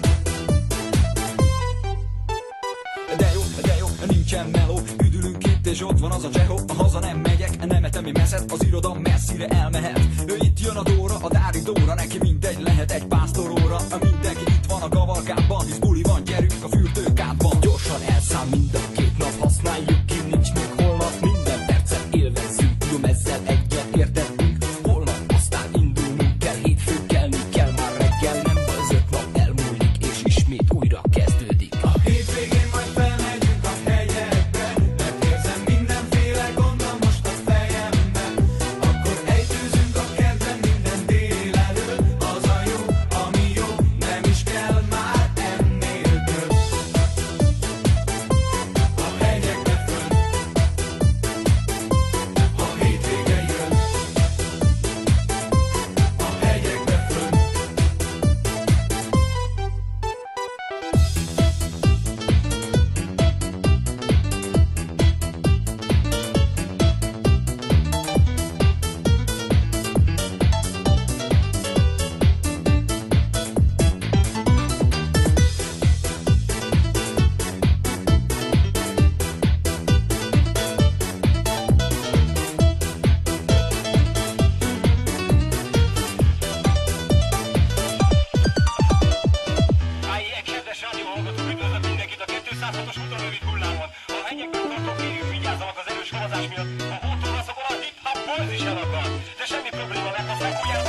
De jó, de jó, nincsen meló. Üdülünk itt és ott van az a csehó. A haza nem megyek, nem etemi messzet. Az iroda messzire elmehet. Ő itt jön a Dóra, a Dári Dóra. Neki mindegy, lehet egy pásztoróra. Mindenki itt van a kavalkádban. Hisz buli van, gyerünk a fürdőkádban. Gyorsan elszám mind a két nap. Használjuk ki, nincs még holnap. Minden percet élvezzünk, tudom ezzel egyet értettünk. Holnap aztán indulnunk kell, hétfő kelni kell már reggel. Nem baj, az öt nap elmúlik, és ismét újra kezdődik. A hétvégén majd felmegyünk a hegyekbe, mert érzem mindenféle gondom most a fejembe. Akkor ejtőzünk a kertben minden dél. Fuera